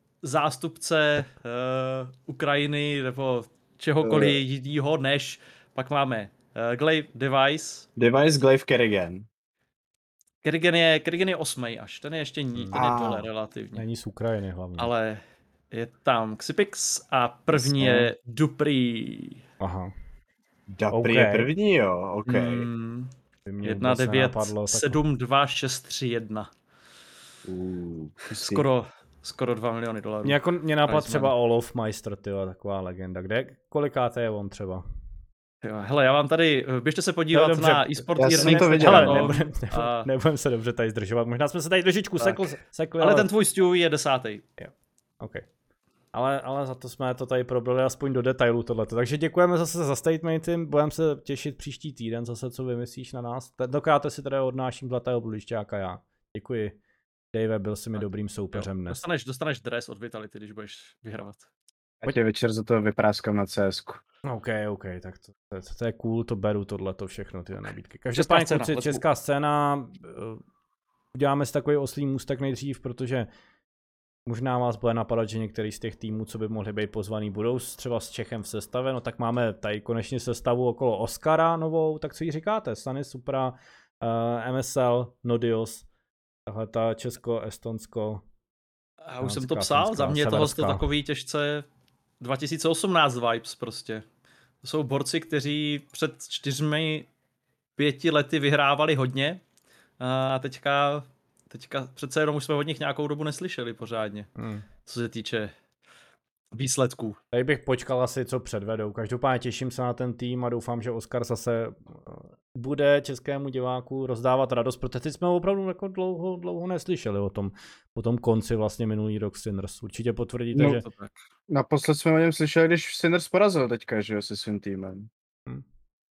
zástupce uh, Ukrajiny nebo čehokoliv uh. jiného, než pak máme uh, Glaive Device. Device Glaive Kerrigan. Kerrigan je, Kerrigan je osmý až, ten je ještě ní, Hmm. ten je A. dole relativně. Není z Ukrajiny hlavně. Ale je tam Xypix a první Jasně. je Dupree. Aha. Dapri je OK. první, jo, OK. Hmm, By mě jedna vůbec devět nenapadlo, tak- sedm dva šest tři jedna. Uh, Skoro, skoro dva miliony dolarů. Mě, jako, mě napadl Priceman. třeba Olof Meister, tyjo, taková legenda. Kde, kolikáté je on třeba? Jo, hele, já vám tady, běžte se podívat No, dobře. na eSport Já jsem Earnings to viděl, Ale no. nebudem, nebudem, a- nebudem se dobře tady zdržovat. Možná jsme se tady trošičku Tak. sekl, sekli, Ale ten tvůj Stewie je desátý. OK. Ale, ale za to jsme to tady probrali aspoň do detailů tohleto. Takže děkujeme zase za statementy, budeme se těšit příští týden zase, co vymyslíš na nás. Tentokrát si tady odnáším zlatého bludišťáka já. Děkuji. Dave, byl si mi Tak, dobrým soupeřem dnes. Dostaneš, dostaneš dres od Vitality, když budeš vyhrávat. Já tě večer za to vypráskám na C S ku. OK, OK, tak to, to, to je cool, to beru tohleto všechno, ty nabídky. Každopádně scéna, kluci, let's česká scéna, uh, uděláme si takový oslý můstek nejdřív, protože možná vás bude napadat, že některý z těch týmů, co by mohli být pozvaný, budou třeba s Čechem v sestavě, no tak máme tady konečně sestavu okolo Oscara novou, tak co jí říkáte? Sunny, Supra, uh, M S L, Nodios, tahle ta Česko, Estonsko. Já už jsem to Dánská, psal, za finská, mě je tohle severská. takový těžce dva tisíce osmnáct vibes prostě. To jsou borci, kteří před čtyřmi, pěti lety vyhrávali hodně a teďka, teďka přece jenom už jsme od nich nějakou dobu neslyšeli pořádně, Hmm. co se týče výsledků. Tady bych počkal asi, co předvedou. Každopádně těším se na ten tým a doufám, že Oscar zase bude českému diváku rozdávat radost, protože teď jsme opravdu jako dlouho, dlouho neslyšeli o tom, o tom konci vlastně minulý rok Sinners. Určitě potvrdíte, No, že... To tak. Naposled jsme o něm slyšeli, když Sinners porazil teďka, že jo, se svým týmem. Hm.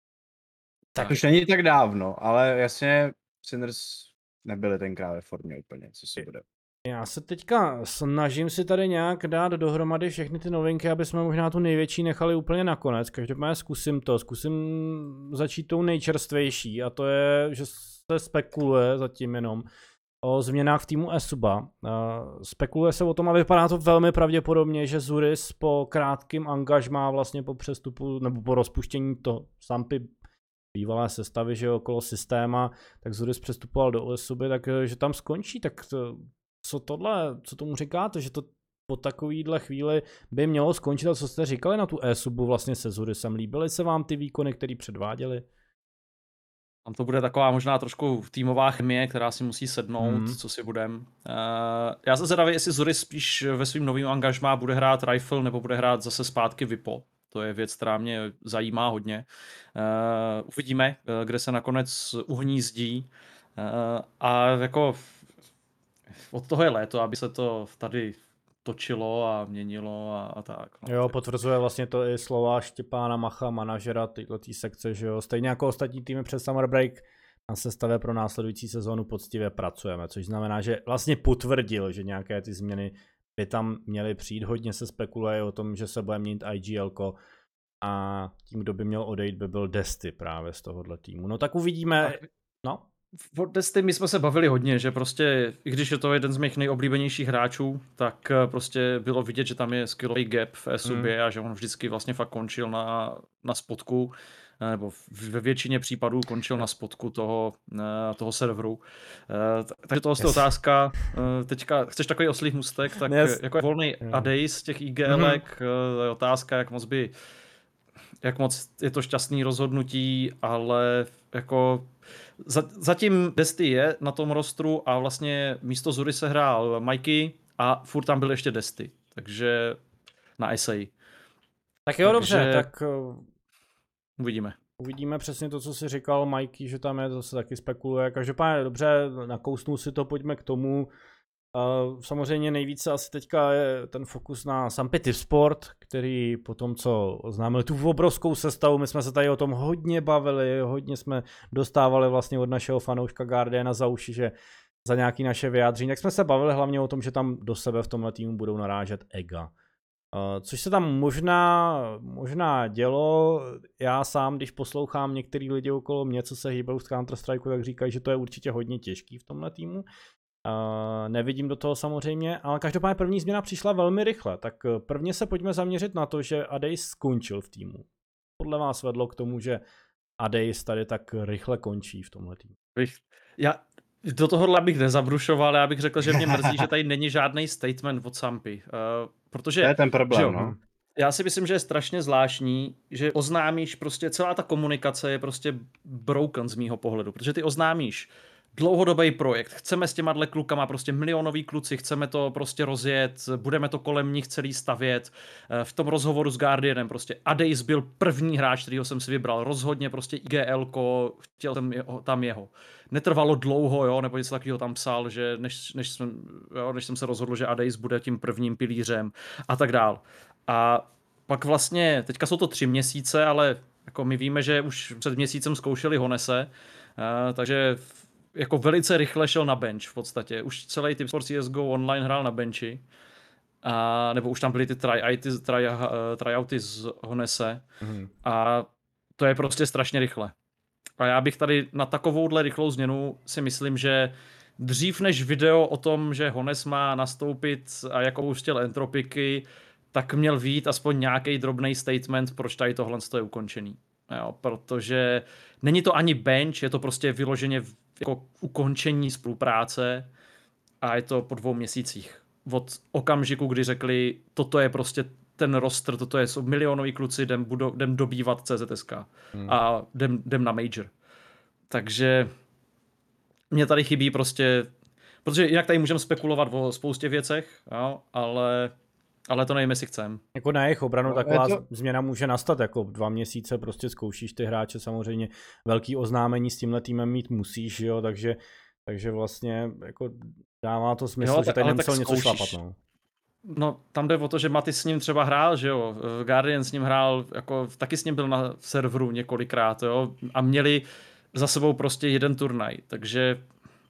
Tak už není tak dávno, ale jasně Sinners nebyli tenkrát ve formě úplně, co se bude. Já se teďka snažím si tady nějak dát dohromady všechny ty novinky, aby jsme možná tu největší nechali úplně nakonec. Každopádně zkusím to, zkusím začít tou nejčerstvější a to je, že se spekuluje zatím jenom o změnách v týmu Esuba. Uh, spekuluje se o tom a vypadá to velmi pravděpodobně, že Zuris po krátkém angažmá vlastně po přestupu nebo po rozpuštění to Sampy bývalé sestavy, že okolo systéma, tak Zuris přestupoval do Esuby, takže tam skončí, tak to, co tohle, co tomu říkáte, že to po takovýhle chvíli by mělo skončit a co jste říkali na tu Esubu vlastně se Zurisem, líbily se vám ty výkony, které předváděli? Tam to bude taková možná trošku týmová chemie, která si musí sednout, Mhm. co si budem. Uh, já se zvědavý, jestli Zuris spíš ve svým novým angažmá bude hrát Rifle nebo bude hrát zase zpátky Vipo. To je věc, která mě zajímá hodně. Uh, uvidíme, uh, kde se nakonec uhnízdí. Uh, a jako od toho je léto, aby se to tady točilo a měnilo a, a tak. No. Jo, potvrzuje vlastně to i slova Štěpána Macha, manažera této sekce, že jo, stejně jako ostatní týmy před Summer Break na sestavě pro následující sezónu poctivě pracujeme, což znamená, že vlastně potvrdil, že nějaké ty změny by tam měly přijít. Hodně se spekuluje o tom, že se bude měnit I G L ko a tím, kdo by měl odejít, by byl Desty právě z tohohle týmu. No tak uvidíme, no. O Desty my jsme se bavili hodně, že prostě, i když je to jeden z mých nejoblíbenějších hráčů, tak prostě bylo vidět, že tam je skillový gap v Esubě mm. a že on vždycky vlastně fakt končil na, na spodku, nebo ve většině případů končil na spodku toho, toho serveru. Takže to je yes. otázka. Teďka, chceš takový oslý můstek, tak yes. jako je volný Adej z těch IGLek, mm. je otázka, jak moc by, jak moc je to šťastný rozhodnutí, ale jako zatím Desty je na tom rostru a vlastně místo Zury se hrál Mikey a furt tam byl ještě Desty, takže na S A. Tak jo, takže dobře, tak uvidíme. Uvidíme přesně to, co si říkal Mikey, že tam je, to se taky spekuluje. Každopádně dobře, nakousnu si to, pojďme k tomu. Uh, samozřejmě nejvíce asi teďka je ten fokus na Sampy Tipsport, který po tom, co oznámili tu obrovskou sestavu, my jsme se tady o tom hodně bavili, hodně jsme dostávali vlastně od našeho fanouška Guardiana za uši, že za nějaký naše vyjádření, tak jsme se bavili hlavně o tom, že tam do sebe v tomhle týmu budou narážet ega. Uh, což se tam možná, možná dělo, já sám, když poslouchám některý lidi okolo mě, co se hýbou z Counter-Strike, tak říkají, že to je určitě hodně těžký v tomhle týmu. Uh, nevidím do toho samozřejmě, ale každopádně první změna přišla velmi rychle, tak prvně se pojďme zaměřit na to, že Adejs skončil v týmu. Podle vás vedlo k tomu, že Adejs tady tak rychle končí v tomhle týmu? Já, do tohohle bych nezabrušoval, já bych řekl, že mě mrzí, že tady není žádný statement od Sampy, uh, protože, To je ten že problém, jo, no. já si myslím, že je strašně zvláštní, že oznámíš prostě, celá ta komunikace je prostě broken z mýho pohledu, protože ty oznámíš dlouhodobý projekt, chceme s těma klukama, prostě milionový kluci, chceme to prostě rozjet, budeme to kolem nich celý stavět. V tom rozhovoru s Guardianem prostě Adeis byl první hráč, kterýho jsem si vybral, rozhodně prostě I G L ko, chtěl jsem jeho, tam jeho. Netrvalo dlouho, jo, nebo něco takového tam psal, že než, než, jsem, jo, než jsem se rozhodl, že Adeis bude tím prvním pilířem a tak dál. A pak vlastně, teďka jsou to tři měsíce, ale jako my víme, že už před měsícem zkoušeli Honese, uh, takže jako velice rychle šel na bench v podstatě. Už celý Team Sport C S G O online hrál na benchi. A, nebo už tam byly ty tryouty try, uh, try z Honese. Mm. A to je prostě strašně rychle. A já bych tady na takovouhle rychlou změnu si myslím, že dřív než video o tom, že Hones má nastoupit a jakou chtěl entropiky, tak měl vít aspoň nějaký drobný statement, proč tady tohle je ukončený. Jo, protože není to ani bench, je to prostě vyloženě jako ukončení spolupráce a je to po dvou měsících. Od okamžiku, kdy řekli, toto je prostě ten roster, toto je, jsou milionoví kluci, jdem, budo, jdem dobývat C Z S K hmm. a jdem, jdem na major. Takže mě tady chybí prostě, protože jinak tady můžeme spekulovat o spoustě věcech, jo, ale, ale to nevím, jestli chcem. Jako na jejich obranu no, taková to... změna může nastat, jako dva měsíce prostě zkoušíš ty hráče, samozřejmě velký oznámení s tímhle týmem mít musíš, jo, takže, takže vlastně jako dává to smysl, jo, že tady nemusel něco šlapat, no. No, tam jde o to, že Maty s ním třeba hrál, že jo, Guardian s ním hrál, jako taky s ním byl na serveru několikrát, jo, a měli za sebou prostě jeden turnaj, takže...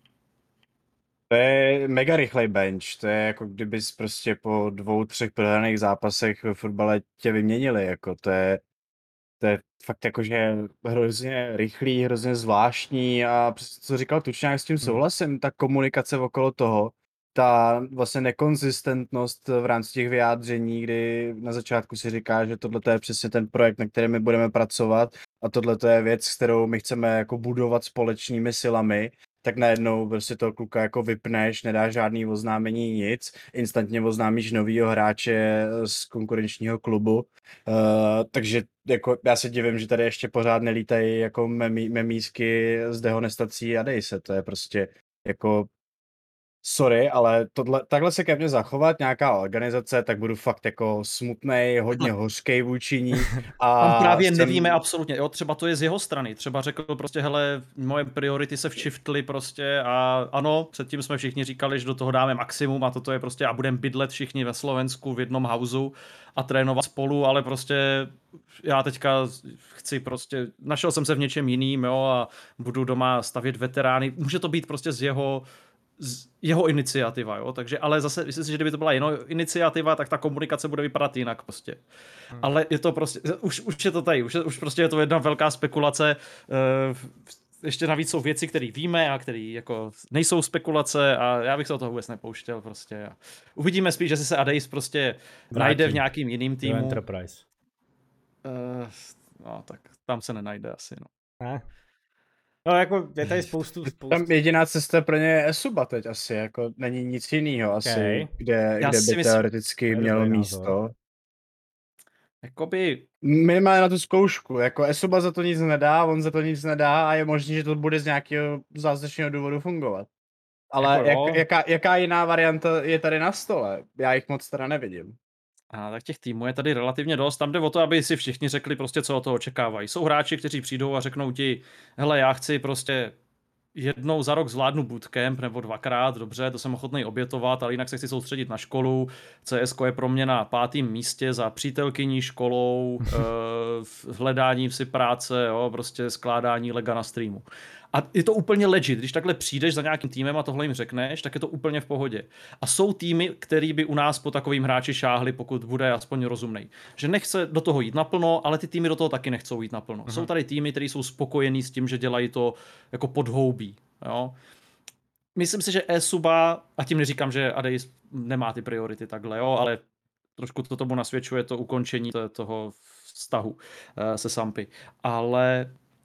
To je mega rychlej bench, to je jako kdybys prostě po dvou, třech prohraných zápasech v fotbale tě vyměnili, jako to je, to je fakt jakože hrozně rychlý, hrozně zvláštní a přesně co říkal Tučňák, s tím souhlasím, ta komunikace okolo toho, ta vlastně nekonzistentnost v rámci těch vyjádření, kdy na začátku si říká, že tohle je přesně ten projekt, na kterém my budeme pracovat a tohle je věc, s kterou my chceme jako budovat společnými silami, tak najednou prostě toho kluka jako vypneš, nedáš žádný oznámení, nic, instantně oznámíš novýho hráče z konkurenčního klubu, uh, takže jako já se divím, že tady ještě pořád nelítají jako memí, memísky z dehonestací a dej se, to je prostě jako sorry, ale tohle, takhle se ke mně zachovat nějaká organizace, tak budu fakt jako smutnej, hodně hořkej vůči ní. A tam právě jsem... nevíme absolutně, jo, třeba to je z jeho strany, třeba řekl prostě, hele, moje priority se všiftly prostě a ano, předtím jsme všichni říkali, že do toho dáme maximum a toto je prostě a budeme bydlet všichni ve Slovensku v jednom hausu a trénovat spolu, ale prostě já teďka chci prostě, našel jsem se v něčem jiným, jo, a budu doma stavět veterány, může to být prostě z jeho z jeho iniciativa, jo, takže, ale zase, myslím si, že kdyby to byla jiná iniciativa, tak ta komunikace bude vypadat jinak prostě. Hmm. Ale je to prostě, už, už je to tady, už, je, už prostě je to jedna velká spekulace, uh, ještě navíc jsou věci, které víme a které jako nejsou spekulace a já bych se o toho vůbec nepouštěl prostě. A uvidíme spíš, že se Adeis prostě Vrátí. najde v nějakým jiným týmu. Enterprise. Uh, no, tak tam se nenajde asi, no. Ne? No jako je tady spoustu, spoustu... Tam jediná cesta pro ně je Esuba teď asi, jako není nic jiného asi, okay. kde, kde by myslím, teoreticky mělo místo. Názor. Jakoby... Minimálně na tu zkoušku, jako Esuba za to nic nedá, on za to nic nedá a je možné, že to bude z nějakého zázračného důvodu fungovat. Ale jako jak, jaká, jaká jiná varianta je tady na stole? Já jich moc teda nevidím. A tak těch týmů je tady relativně dost. Tam jde o to, aby si všichni řekli prostě, co od toho očekávají. Jsou hráči, kteří přijdou a řeknou ti, hele, já chci prostě jednou za rok zvládnu bootcamp nebo dvakrát, dobře, to jsem ochotný obětovat, ale jinak se chci soustředit na školu. C S ko je pro mě na pátém místě za přítelkyní, školou, hledání si práce, jo, prostě skládání lega na streamu. A je to úplně legit, když takhle přijdeš za nějakým týmem a tohle jim řekneš, tak je to úplně v pohodě. A jsou týmy, který by u nás po takovým hráči šáhli, pokud bude aspoň rozumnej. Že nechce do toho jít naplno, ale ty týmy do toho taky nechcou jít naplno. Aha. Jsou tady týmy, které jsou spokojení s tím, že dělají to jako podhoubí. Jo? Myslím si, že Esuba, a tím neříkám, že Adeis nemá ty priority takhle, jo, ale trošku to tomu nasvědčuje to ukončení toho vztahu se Sampy. Ale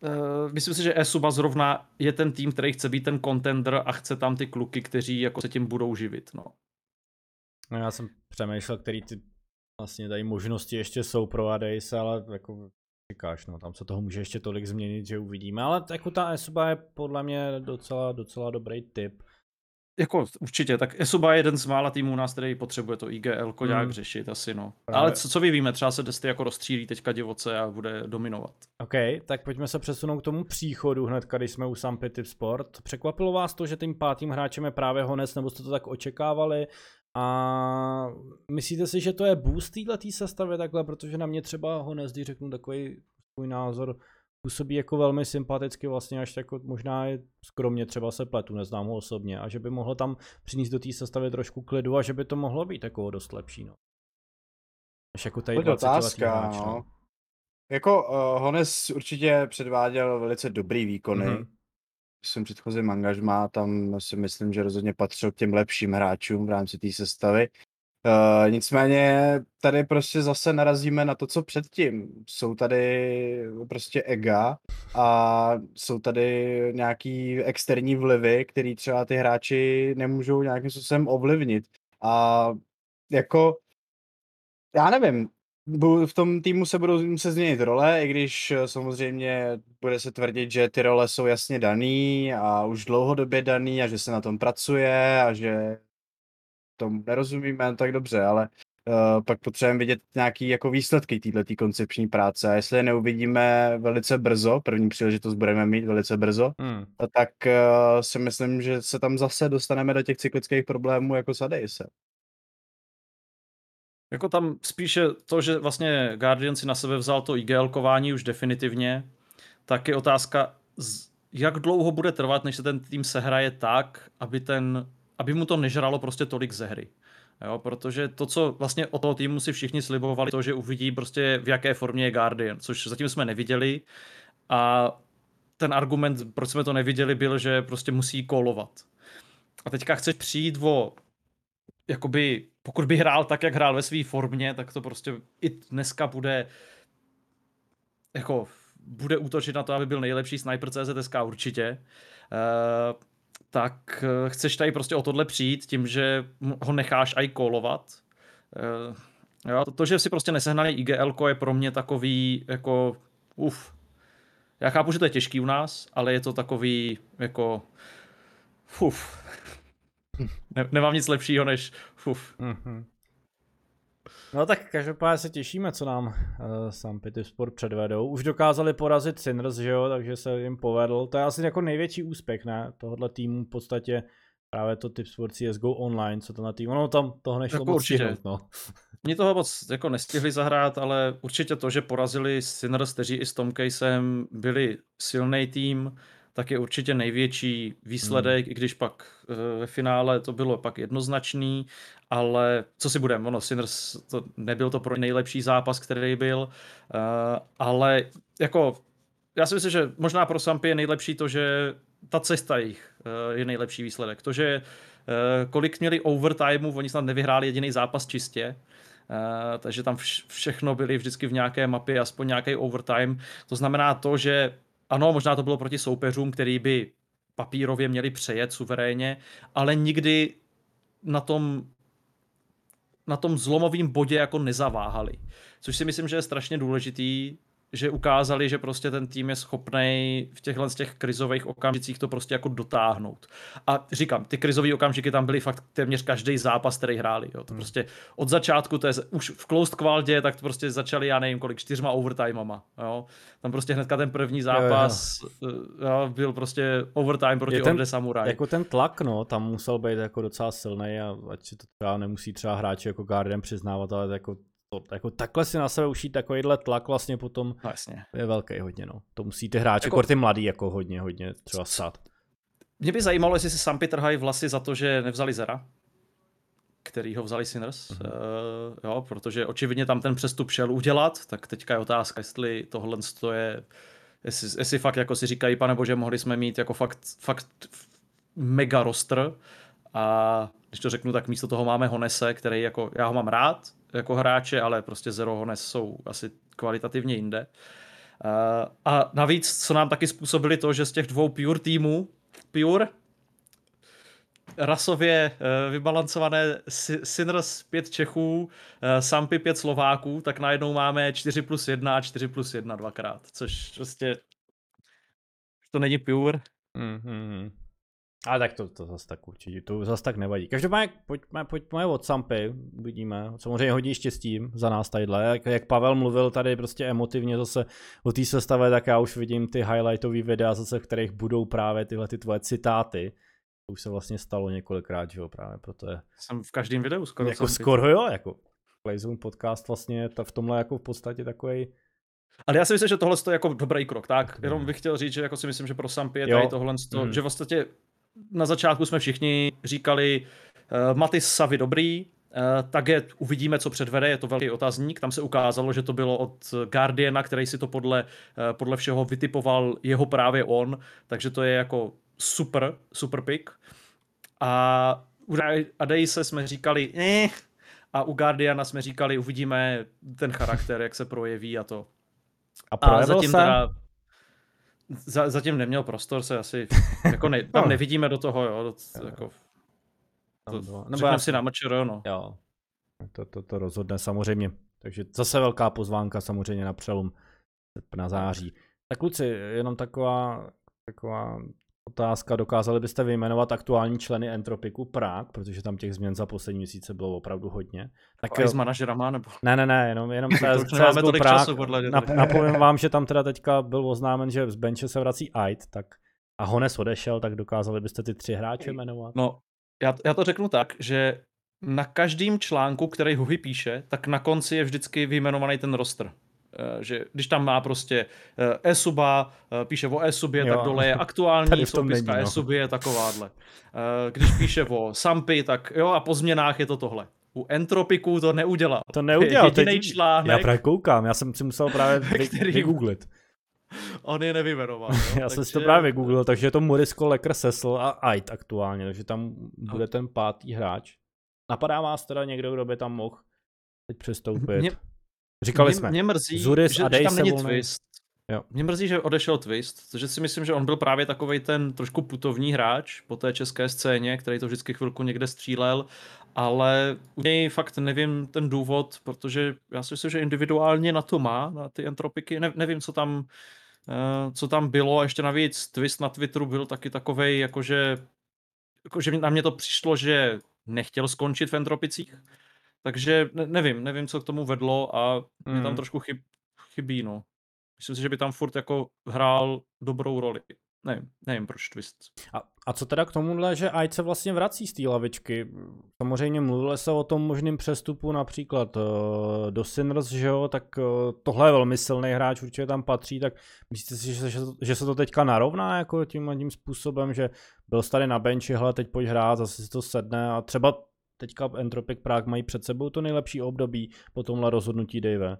Uh, myslím si, že eSuba zrovna je ten tým, který chce být ten contender a chce tam ty kluky, kteří jako se tím budou živit, no. No já jsem přemýšlel, který ty vlastně tady možnosti ještě jsou pro Adaze, ale jako říkáš, no tam se toho může ještě tolik změnit, že uvidíme, ale jako ta eSuba je podle mě docela, docela dobrý tip. Jako určitě, tak eSuba je jeden z mála týmů u nás, který potřebuje to I G L ko nějak Hmm. řešit asi, no. Právě. Ale co, co vy víme, třeba se Desty jako rozstřílí teďka divoce a bude dominovat. OK, tak pojďme se přesunout k tomu příchodu hned, když jsme u Sampy Tip Sport. Překvapilo vás to, že tím pátým hráčem je právě Honest, nebo jste to tak očekávali? A myslíte si, že to je boost této sestavě takhle, protože na mě třeba Honest, když řeknu takový svůj názor, působí jako velmi sympaticky, vlastně až jako možná je skromně, třeba se pletu, neznám ho osobně, a že by mohlo tam přinést do té sestavy trošku klidu a že by to mohlo být jako dost lepší, no. Až jako tady dvacetiletý hráč, no. no. Jako uh, Hones určitě předváděl velice dobrý výkony. Mhm. V svém předchozím angažmá tam si myslím, že rozhodně patřil k těm lepším hráčům v rámci té sestavy. Uh, nicméně tady prostě zase narazíme na to, co předtím. Jsou tady prostě ega a jsou tady nějaký externí vlivy, který třeba ty hráči nemůžou nějakým způsobem ovlivnit. A jako, já nevím, bu- v tom týmu se budou muset změnit role, i když eh, samozřejmě bude se tvrdit, že ty role jsou jasně daný a už dlouhodobě daný a že se na tom pracuje a že tomu nerozumíme tak dobře, ale uh, pak potřebujeme vidět nějaký jako výsledky této koncepční práce. A jestli je neuvidíme velice brzo, první příležitost budeme mít velice brzo, Hmm. tak uh, si myslím, že se tam zase dostaneme do těch cyklických problémů jako s Adaze. Jako tam spíše to, že vlastně Guardian si na sebe vzal to IGL-kování už definitivně, tak je otázka, jak dlouho bude trvat, než se ten tým sehraje tak, aby, ten, aby mu to nežralo prostě tolik ze hry. Jo, protože to, co vlastně od toho týmu si všichni slibovali, to, že uvidí prostě v jaké formě je Guardian, což zatím jsme neviděli a ten argument, proč jsme to neviděli, byl, že prostě musí kolovat. A teďka chceš přijít o jakoby, pokud by hrál tak, jak hrál ve své formě, tak to prostě i dneska bude jako bude útočit na to, aby byl nejlepší sniper C Z S K určitě. Uh, tak uh, chceš tady prostě o tohle přijít tím, že ho necháš aj kolovat. Uh, jo, to, to, že si prostě nesehnali I G L ko je pro mě takový jako uf. Já chápu, že to je těžký u nás, ale je to takový jako uf. Ne, nemám nic lepšího než uf. Mm-hmm. No tak každopádně se těšíme, co nám uh, Sampy Tip Sport předvedou. Už dokázali porazit Sinners, že jo, takže se jim povedl. To je asi jako největší úspěch, ne? Tohle týmu v podstatě právě to Tip Sport C S G O Online, co to na tým. Ono tam toho nešlo jako moc určitě. stihnout, no. Oni toho moc jako nestihli zahrát, ale určitě to, že porazili Sinners, kteří i s Tom Casem byli silný tým, tak je určitě největší výsledek, hmm. i když pak ve finále to bylo pak jednoznačný, ale co si budeme, ono Sinners, to nebyl to pro nejlepší zápas, který byl, uh, ale jako já si myslím, že možná pro Sampy je nejlepší to, že ta cesta jich uh, je nejlepší výsledek. To, že uh, kolik měli overtimeu, oni snad nevyhráli jediný zápas čistě, Uh, takže tam vš- všechno byli vždycky v nějaké mapě, aspoň nějaký overtime. To znamená to, že ano, možná to bylo proti soupeřům, který by papírově měli přejet suverénně, ale nikdy na tom, na tom zlomovém bodě jako nezaváhali. Což si myslím, že je strašně důležitý, že ukázali, že prostě ten tým je schopný v těchhle z těch krizových okamžicích to prostě jako dotáhnout. A říkám, ty krizové okamžiky tam byly fakt téměř každý zápas, který hráli. Jo. To hmm. prostě od začátku, to je už v closed qualdě, tak to prostě začali, já nevím kolik, čtyřma overtimama. Jo. Tam prostě hnedka ten první zápas jo, jo. Jo, byl prostě overtime proti Orde Samurai. Jako ten tlak, no, tam musel být jako docela silný a ať si to třeba nemusí třeba hráči jako Guardian přiznávat, ale jako To, jako takhle si na sebe ušít takovýhle tlak vlastně potom no, jasně. Je velký hodně, no. To musí ty hráči, jako, jako ty mladý, jako hodně, hodně třeba sát. Mě by zajímalo, jestli si Sampy trhají vlasy za to, že nevzali Zera, který ho vzali Sinners, mm-hmm. uh, jo, protože očividně tam ten přestup šel udělat, tak teďka je otázka, jestli tohle je, jestli, jestli fakt jako si říkají, pane bože, mohli jsme mít jako fakt, fakt mega roster a když to řeknu, tak místo toho máme Honese, který jako, já ho mám rád jako hráče, ale prostě Zero Hones jsou asi kvalitativně jinde. a navíc, co nám taky způsobili to, že z těch dvou Pure týmů, Pure, rasově uh, vybalancované Sinners pět Čechů, uh, Sampy pět Slováků, tak najednou máme čtyři plus jedna a čtyři plus jedna dvakrát, což prostě to není Pure. Mm-hmm. Ale tak to, to zase tak určitě, to zase tak nevadí. Každopádně pojďme, pojďme od Sampy, uvidíme. Samozřejmě hodně štěstí za nás tadyhle. Jak, jak Pavel mluvil tady prostě emotivně zase o té sestavě, tak já už vidím ty highlightové videa zase, v kterých budou právě tyhle ty tvoje citáty. To už se vlastně stalo několikrát, že jo, právě proto je. Jsem v každém videu skoro. Jako skoro jo, jako Playzone podcast vlastně v tomhle jako v podstatě takovej. Ale já si myslím, že tohle je jako dobrý krok, tak jenom bych chtěl říct, že jako si myslím, že pro Sampy je tady tohle, mm. že vlastně na začátku jsme všichni říkali uh, Matis Savy dobrý, uh, Taget uvidíme, co předvede, je to velký otazník, tam se ukázalo, že to bylo od Guardiana, který si to podle, uh, podle všeho vytipoval jeho právě on, takže to je jako super, super pick. A u Adejse jsme říkali eh, a u Guardiana jsme říkali uvidíme ten charakter, jak se projeví a to. A projevil a zatím se? Teda, za, zatím neměl prostor se asi, jako ne, tam nevidíme do toho, jo, do, jako, to, řekneme si na mčr, no. Jo, to, to, to rozhodne samozřejmě, takže zase velká pozvánka samozřejmě na přelom na září. Tak kluci, jenom taková, taková otázka, dokázali byste vyjmenovat aktuální členy Entropiku Prague, protože tam těch změn za poslední měsíce bylo opravdu hodně. Tak i s manažerama, nebo? Ne, ne, ne, jenom, jenom C S G O Prague. Napovím vám, že tam teda teďka byl oznámen, že z benče se vrací Ait, tak a Hones odešel, tak dokázali byste ty tři hráče jmenovat? No, já, já to řeknu tak, že na každém článku, který Huhy píše, tak na konci je vždycky vyjmenovaný ten roster. Že když tam má prostě e-suba, píše o e-subě, tak dole je aktuální soupiska no. e-suby je takováhle. Když píše o Sampy, tak jo a po změnách je to tohle. U Entropiku to neudělal. To neudělal. Jedinej článek. Já právě koukám, já jsem si musel právě vy, vygooglit. On je nevymenoval. No, já takže... jsem si to právě vygooglil, takže je to Morisko, Lekr, Sessel a Ait aktuálně, takže tam bude ten pátý hráč. Napadá vás teda někdo, kdo by tam mohl teď přestoupit? Mě... Říkali mě, jsme, mě mrzí, Zuris že, a že tam není volný. Twist. Jo. Mě mrzí, že odešel Twist, protože si myslím, že on byl právě takovej ten trošku putovní hráč po té české scéně, který to vždycky chvilku někde střílel, ale u něj fakt nevím ten důvod, protože já si myslím, že individuálně na to má, na ty entropiky, ne, nevím, co tam, uh, co tam bylo, a ještě navíc Twist na Twitteru byl taky takovej, jakože, jakože na mě to přišlo, že nechtěl skončit v entropicích. Takže ne, nevím, nevím, co k tomu vedlo a mě mm. tam trošku chyb, chybí, no. Myslím si, že by tam furt jako hrál dobrou roli. Nevím, nevím proč Twist. A, a co teda k tomuhle, že Ait se vlastně vrací z té lavičky? Samozřejmě mluvilo se o tom možným přestupu například uh, do Sinners, že jo, tak uh, tohle je velmi silný hráč, určitě tam patří, tak myslíte si, že, že, že se to teďka narovná jako tím, tím způsobem, že byl tady na benchi, hele, teď pojď hrát, zase si to sedne a třeba teďka Entropic Prague mají před sebou to nejlepší období po tomhle rozhodnutí Dave.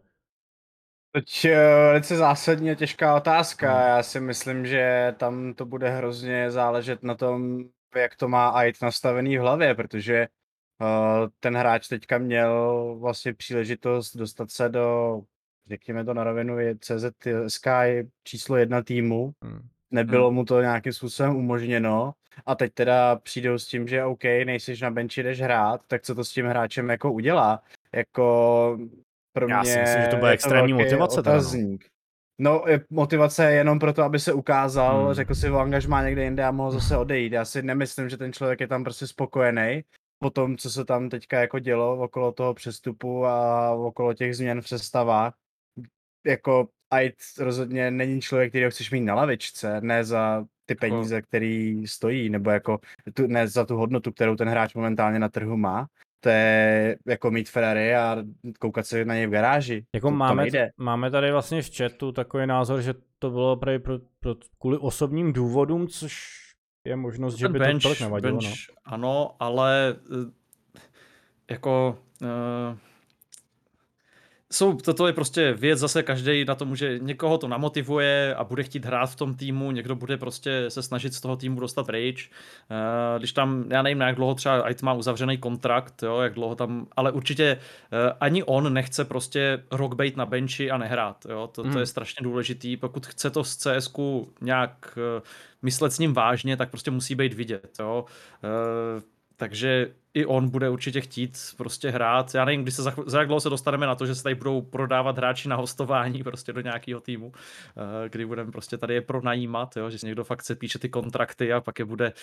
Teď velice zásadně těžká otázka. Hmm. Já si myslím, že tam to bude hrozně záležet na tom, jak to má Ait nastavený v hlavě, protože uh, ten hráč teďka měl vlastně příležitost dostat se do, řekněme to na rovinu, je C Z Sky číslo jedna týmu. Hmm. Nebylo hmm. mu to nějakým způsobem umožněno a teď teda přijdou s tím, že OK, nejsiš na benči, jdeš hrát, tak co to s tím hráčem jako udělá? Jako pro mě já si myslím, že to bude extrémní motivace. Otazník. No, motivace je jenom proto, aby se ukázal, hmm. řekl si o angažmá někde jinde a mohl zase odejít. Já si nemyslím, že ten člověk je tam prostě spokojený po tom, co se tam teďka jako dělo okolo toho přestupu a okolo těch změn v sestavách. Jako Ait rozhodně není člověk, který ho chceš mít na lavičce, ne za ty peníze, který stojí, nebo jako tu, ne za tu hodnotu, kterou ten hráč momentálně na trhu má. To je jako mít Ferrari a koukat se na něj v garáži. Jako to, máme, to máme tady vlastně v chatu takový názor, že to bylo právě pro, pro, kvůli osobním důvodům, což je možnost, že by bench, to tolik nevadilo. Bench, no. Ano, ale jako uh, jsou, toto je prostě věc, zase každý na to může, někoho to namotivuje a bude chtít hrát v tom týmu, někdo bude prostě se snažit z toho týmu dostat pryč. Uh, když tam, já nevím, jak dlouho třeba Ait má uzavřený kontrakt, jo, jak dlouho tam, ale určitě uh, ani on nechce prostě rok bejt na benchi a nehrát, jo, to, Hmm. to je strašně důležitý, pokud chce to z CSku nějak uh, myslet s ním vážně, tak prostě musí být vidět, jo. Uh, takže i on bude určitě chtít prostě hrát. Já nevím, kdy se za, za jak dlouho se dostaneme na to, že se tady budou prodávat hráči na hostování prostě do nějakého týmu, uh, kdy budeme prostě tady je pronajímat, jo, že si někdo fakt se píše ty kontrakty a pak je bude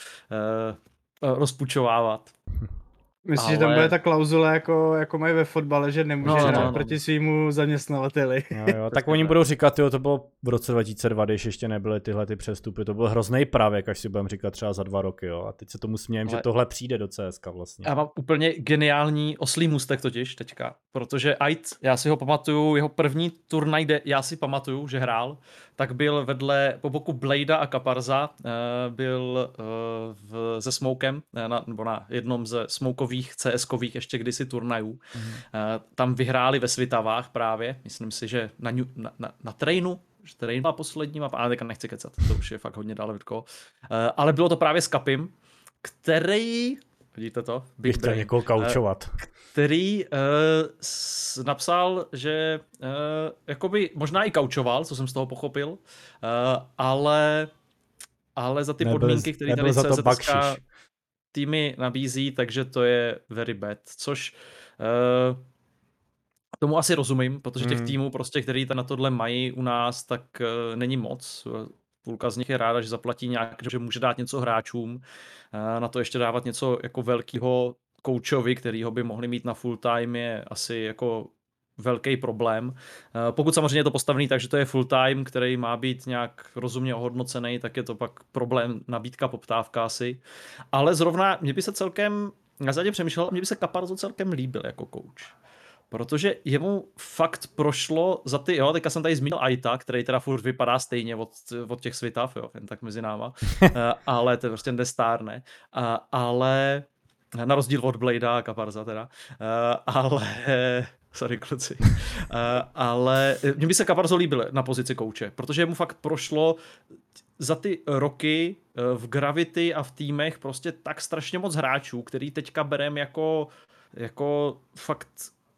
uh, uh, rozpučovávat. Myslíš, Ale... že tam bude ta klauzule, jako, jako mají ve fotbale, že nemůže no, hrát no, no. proti svýmu zaměstnavateli. Jo, jo, tak oni budou říkat, jo, to bylo v roce dva tisíce dva, když ještě nebyly tyhle ty přestupy, to byl hrozný pravěk, až si budeme říkat třeba za dva roky, jo, a teď se tomu smějem, ale... že tohle přijde do C S ka vlastně. Já mám úplně geniální oslý můstek totiž teďka, protože Ait, já si ho pamatuju, jeho první turnaj, kde já si pamatuju, že hrál, tak byl vedle, po boku Bladea a Kaparza, uh, byl uh, v, se Smokem, na, nebo na jednom ze smokových CSkových ještě kdysi turnajů. Mm. Uh, tam vyhráli ve Svitavách právě, myslím si, že na, na, na, na Trainu, že Train byla poslední mapa, ale teďka nechci kecat, to už je fakt hodně daleko. Uh, ale bylo to právě s Kapim, který, vidíte to? Bych chtěl někoho kaučovat. Který uh, s, napsal, že uh, jakoby možná i kaučoval, co jsem z toho pochopil, uh, ale, ale za ty nebyl, podmínky, které tady C S ka týmy nabízí, takže to je very bad, což uh, tomu asi rozumím, protože těch hmm. týmů, prostě, který na tohle mají u nás, tak uh, není moc. Půlka z nich je ráda, že zaplatí nějak, že může dát něco hráčům, uh, na to ještě dávat něco jako velkýho koučovi, kterýho by mohli mít na full time, je asi jako velký problém. Uh, pokud samozřejmě je to postavený tak, že to je full time, který má být nějak rozumně ohodnocený, tak je to pak problém nabídka, poptávka asi. Ale zrovna mě by se celkem, já zatím přemýšlel, mě by se Kaparzo celkem líbil jako kouč. Protože jemu fakt prošlo za ty, jo, teďka jsem tady zmínil Aita, který teda furt vypadá stejně od, od těch Svitav, jo, jen tak mezi náma, uh, ale to je prostě nestárne, uh, ale na rozdíl od Bladea a Kaparza teda, uh, ale, sorry kluci, uh, ale mně by se Kaparzo líbil na pozici kouče, protože mu fakt prošlo za ty roky uh, v Gravity a v týmech prostě tak strašně moc hráčů, který teďka berem jako, jako fakt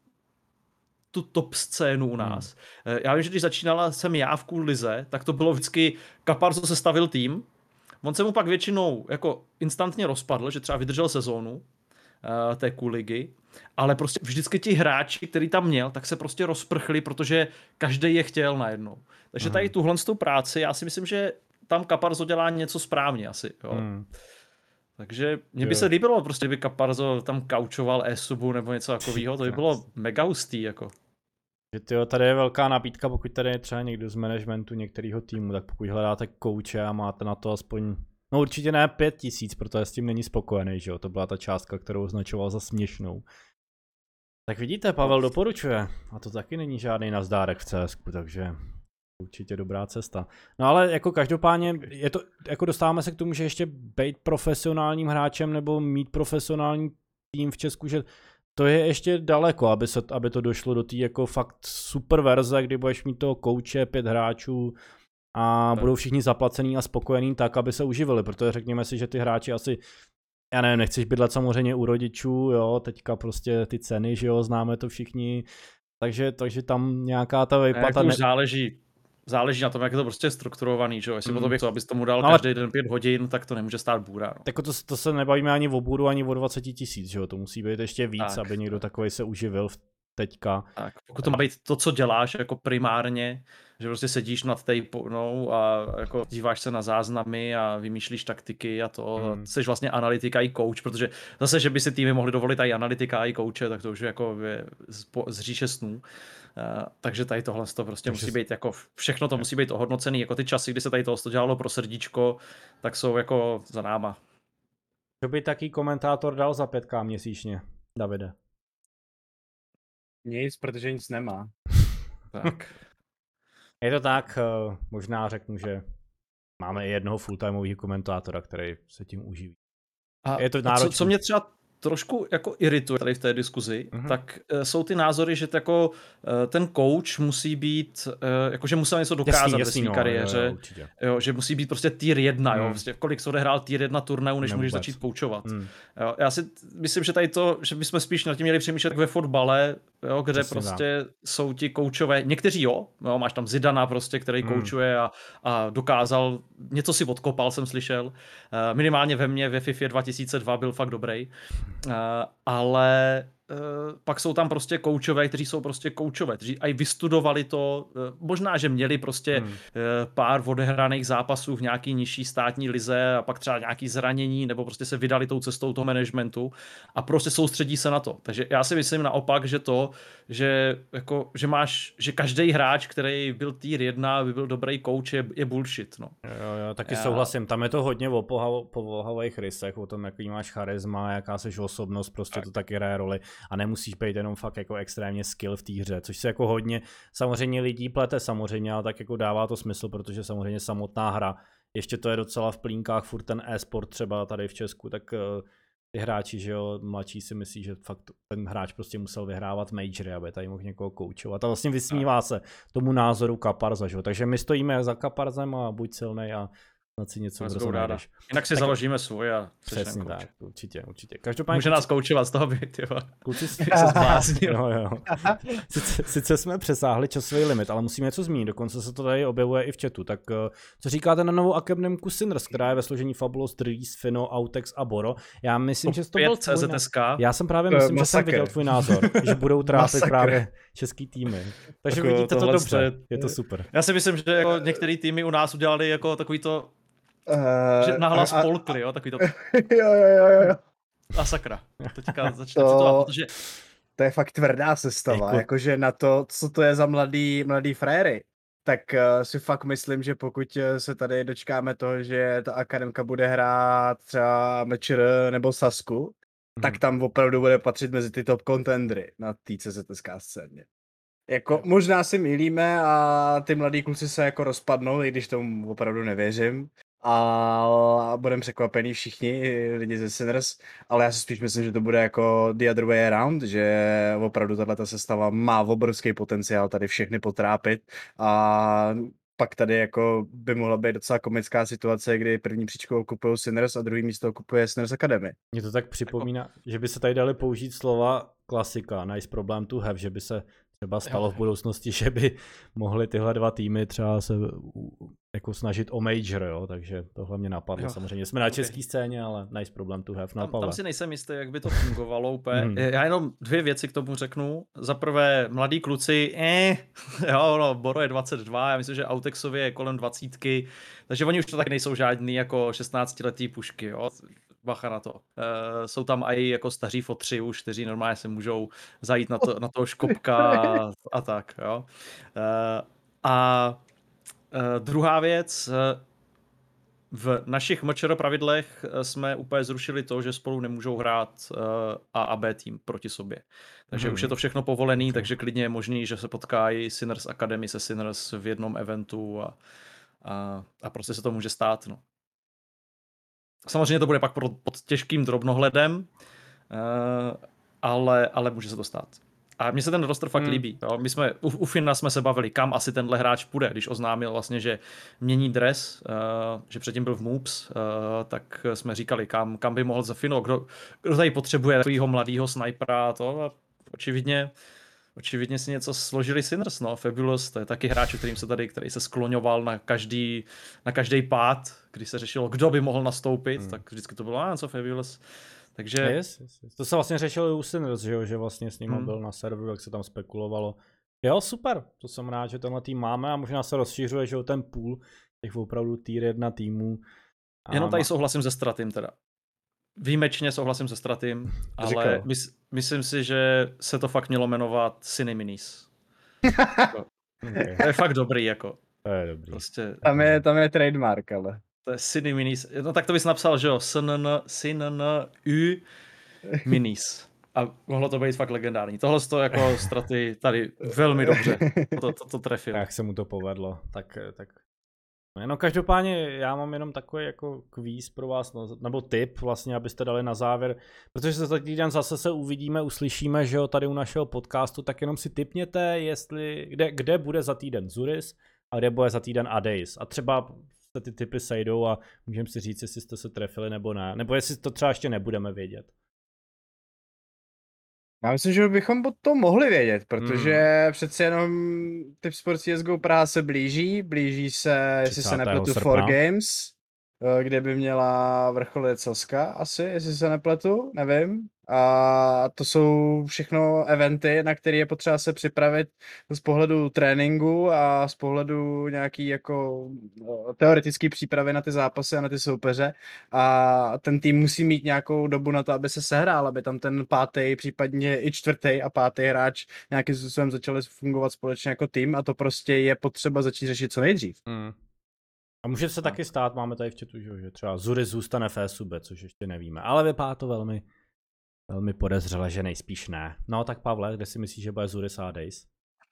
tu top scénu u nás. Hmm. Já vím, že když začínala jsem já v Cool Lize, tak to bylo vždycky Kaparzo se stavil tým, on se mu pak většinou jako instantně rozpadl, že třeba vydržel sezónu uh, té Cool ligy, ale prostě vždycky ti hráči, který tam měl, tak se prostě rozprchli, protože každý je chtěl najednou. Takže hmm. tady tuhle tu práci, já si myslím, že tam Kaparzo dělá něco správně asi, jo. Hmm. Takže mně by se líbilo, prostě kdyby Kaparzo tam kaučoval e-subu nebo něco takového, to by bylo mega hustý, jako. Že tyjo, tady je velká nabídka, pokud tady je třeba někdo z managementu některého týmu, tak pokud hledáte kouče a máte na to aspoň, no určitě ne pět tisíc, protože s tím není spokojený, že jo, to byla ta částka, kterou označoval za směšnou. Tak vidíte, Pavel doporučuje, a to taky není žádný nazdárek v C S ku, takže určitě dobrá cesta. No ale jako každopádně, je to, jako dostáváme se k tomu, že ještě být profesionálním hráčem nebo mít profesionální tým v Česku, že to je ještě daleko, aby, se, aby to došlo do té jako fakt super verze, kdy budeš mít toho kouče, pět hráčů a tak budou všichni zaplacený a spokojení tak, aby se uživili, protože řekněme si, že ty hráči asi, já nevím, nechceš bydlet samozřejmě u rodičů, jo, teďka prostě ty ceny, že jo, známe to všichni, takže, takže tam nějaká ta vejplata... Ne... záleží. Záleží na tom, jak je to prostě strukturovaný, že jo? Jestli mm. potom, abys tomu dal no, každý den pět hodin, tak to nemůže stát bůra. No. Tak to, to se nebavíme ani o bůru, ani o dvacet tisíc, že jo? To musí být ještě víc, tak, aby někdo tak. takovej se uživil teďka. Tak, pokud to má být to, co děláš jako primárně, že prostě sedíš nad tapenou a jako díváš se na záznamy a vymýšlíš taktiky a to, hmm. jsi vlastně analytika i coach, protože zase, že by si týmy mohli dovolit i analytika i coache, tak to už je jako je z, z říše snů. Uh, takže tady tohle to prostě takže musí být jako, všechno to musí být ohodnocený, jako ty časy, kdy se tady tohle dělalo pro srdíčko, tak jsou jako za náma. Co by taký komentátor dal za pět ká měsíčně, Davide? Nic, protože nic nemá. Tak. Je to tak, možná řeknu, že máme i jednoho fulltimeového komentátora, který se tím uživí. A je to náročný. Co, co mě třeba trošku jako irituje tady v té diskuzi, Mhm. tak uh, jsou ty názory, že t- jako uh, ten coach musí být, uh, jakože musel něco dokázat Jasný, ve jasný, své no, jo, kariéře, jo, určitě. jo, že musí být prostě tier jedna, jo, Mm. prostě kolik se odehrál tier jedna turnajů, než Ne můžeš vůbec. začít koučovat. Mm. Jo, já si t- myslím, že tady to, že bychom spíš nad tím měli přemýšlet jak ve fotbale, jo, kde Přesně prostě jsou ti koučové, někteří jo, jo, máš tam Zidana prostě, který Mm. koučuje a, a dokázal, něco si odkopal, jsem slyšel, uh, minimálně ve mně ve FIFA dva tisíce dva byl fakt dobrý, uh, ale uh, pak jsou tam prostě koučové, kteří jsou prostě koučové, kteří aj vystudovali to, uh, možná, že měli prostě Mm. uh, pár odehraných zápasů v nějaký nižší státní lize a pak třeba nějaký zranění, nebo prostě se vydali tou cestou toho managementu a prostě soustředí se na to. Takže já si myslím naopak, že to, že, jako, že máš, že každý hráč, který byl tier jedna, aby byl dobrý coach, je, je bullshit, no. Jo, jo, taky Já- souhlasím. Tam je to hodně o poha- povahových rysech, o tom, jaký máš charisma, jaká seš osobnost, prostě to taky hraje roli a nemusíš být jenom fakt jako extrémně skill v té hře, což se jako hodně samozřejmě lidí plete samozřejmě, ale tak jako dává to smysl, protože samozřejmě samotná hra, ještě to je docela v plínkách, furt ten e-sport třeba tady v Česku, tak uh, ty hráči, že jo, mladší si myslí, že fakt ten hráč prostě musel vyhrávat majory, aby tady mohl někoho koučovat a vlastně vysmívá se tomu názoru Kaparza, že jo, takže my stojíme za Kaparzem a buď silnej a snad si něco Nás brzo budou ráda. najdeš. Jinak si Tak- založíme svůj a seš Přesně ten coach. tak, určitě, určitě. Každopádně Může nás koučovat z toho být, jo. kluci Se zbláznil. jo, jo. Sice, sice jsme přesáhli časový limit, ale musíme něco zmínit, dokonce se to tady objevuje i v chatu. Tak uh, co říkáte na novou akademku Sinners, která je ve složení Fabulous, Dries, Fino, Autex a Boro? Já myslím, že to byl pět tvůj C Z na- S K. Já jsem právě To je myslím, že jsem masakr. viděl tvůj názor, že budou trápit Masakr. právě český týmy. Takže Jako vidíte to tohle dobře, je- je to super. Já si myslím, že jako některý týmy u nás udělali jako takový to, Uh, že nahlas a- a- polkli, jo, takový to Jo, jo, jo, jo. a sakra. Teďka začne To- citovat, protože To je fakt tvrdá sestava, Jako- jakože na to, co to je za mladý, mladý frajery. Tak uh, si fakt myslím, že pokud eh, se tady dočkáme toho, že ta akademka bude hrát třeba Mečer nebo Sasku, tak tam opravdu bude patřit mezi ty top contendry na té C Z S K scéně. Jako, možná si mýlíme a ty mladí kluci se jako rozpadnou, i když tomu opravdu nevěřím. A budeme překvapený všichni i lidi ze Sinners, ale já si spíš myslím, že to bude jako the other way around, že opravdu tato sestava má obrovský potenciál tady všechny potrápit a pak tady jako by mohla být docela komická situace, kdy první příčku okupují Sinners a druhý místo okupuje Sinners Academy. Mně to tak připomíná, že by se tady dali použít slova klasika, nice problem to have, že by se třeba stalo v budoucnosti, že by mohly tyhle dva týmy třeba se u- jako snažit o major, jo, takže tohle mě napadlo. Jo. Samozřejmě jsme na Ok. české scéně, ale nice problem to have, no tam, Pavle. tam si nejsem jistý, jak by to fungovalo úplně. Mhm. Já jenom dvě věci k tomu řeknu. Za prvé, mladí kluci, eh, jo, no, Boro je dvacet dva, já myslím, že Autexovi je kolem dvacítky, takže oni už to tak nejsou žádný jako šestnáctiletý pušky, jo. Bacha na to. Uh, jsou tam i jako staří fotři už, kteří normálně se můžou zajít na, to, na toho škopka a, a tak, jo. Uh, a uh, druhá věc, uh, v našich M Č R pravidlech eh, jsme úplně zrušili to, že spolu nemůžou hrát uh, A a B tým proti sobě. Takže Mhm. už je to všechno povolený, takže klidně je možný, že se potkají Sinners Academy se Sinners v jednom eventu a, a, a prostě se to může stát. No. Samozřejmě to bude pak pro, pod těžkým drobnohledem, uh, ale, ale může se to stát. A mně se ten roster fakt Hmm. líbí. Jo. My jsme, u, u Finna jsme se bavili, kam asi tenhle hráč půjde, když oznámil vlastně, že mění dres, uh, že předtím byl v Moops, uh, tak jsme říkali, kam, kam by mohl za Finno, kdo, kdo tady potřebuje takovýho mladýho snajpera a to. A očividně, očividně si něco složili Sinners, no, Fabulous, to je taky hráč, kterým se tady, který se skloňoval na každý, na každý pád, když se řešilo, kdo by mohl nastoupit, Hmm. tak vždycky to bylo, a co Fabulous. Takže Yes, yes, yes. To se vlastně řešilo i u Sinners, že, jo? Že vlastně s ním Hmm. byl na serveru, jak se tam spekulovalo. Jo, super, to jsem rád, že tenhle tým máme a možná se rozšiřuje, že jo, ten půl těch opravdu tier jedna týmů. A jenom tady má- souhlasím se Stratym teda. Výjimečně souhlasím se Stratym, ale Říkal. mys, myslím si, že se to fakt mělo jmenovat Cineminis. Okay, To je fakt dobrý, jako. to je dobrý. Prostě, Tam je, tam je trademark, ale. to je Cineminis. No tak to bys napsal, že jo, S N N, S N N U Minis. A mohlo to být fakt legendární. Tohle to jako Straty tady velmi dobře to, to, to trefil. Jak se mu to povedlo, tak, tak No každopádně já mám jenom takový jako kvíz pro vás, no, nebo tip vlastně, abyste dali na závěr, protože se za týden zase se uvidíme, uslyšíme, že jo, tady u našeho podcastu, tak jenom si tipněte, jestli, kde, kde bude za týden Zuris a kde bude za týden Adeis. A třeba se ty tipy sejdou a můžeme si říct, jestli jste se trefili nebo ne, nebo jestli to třeba ještě nebudeme vědět. Já myslím, že bychom to mohli vědět, protože hmm. přece jenom Tip Sport C S G O Praha se blíží, blíží se, jestli se nepletu, four Games, kde by měla vrcholit Sazka asi, jestli se nepletu, nevím. A to jsou všechno eventy, na které je potřeba se připravit z pohledu tréninku a z pohledu nějaký jako teoretický přípravy na ty zápasy a na ty soupeře. A ten tým musí mít nějakou dobu na to, aby se sehrál, aby tam ten pátý, případně i čtvrtý a pátý hráč nějakým způsobem začali fungovat společně jako tým a to prostě je potřeba začít řešit co nejdřív. Hmm. A může se no. taky stát, máme tady v chatu, že třeba Zuris zůstane v e-sube, což ještě nevíme, ale vypadá to velmi Velmi podezřele, že nejspíš ne. No tak Pavle, kde si myslíš, že bude Zuris a Days?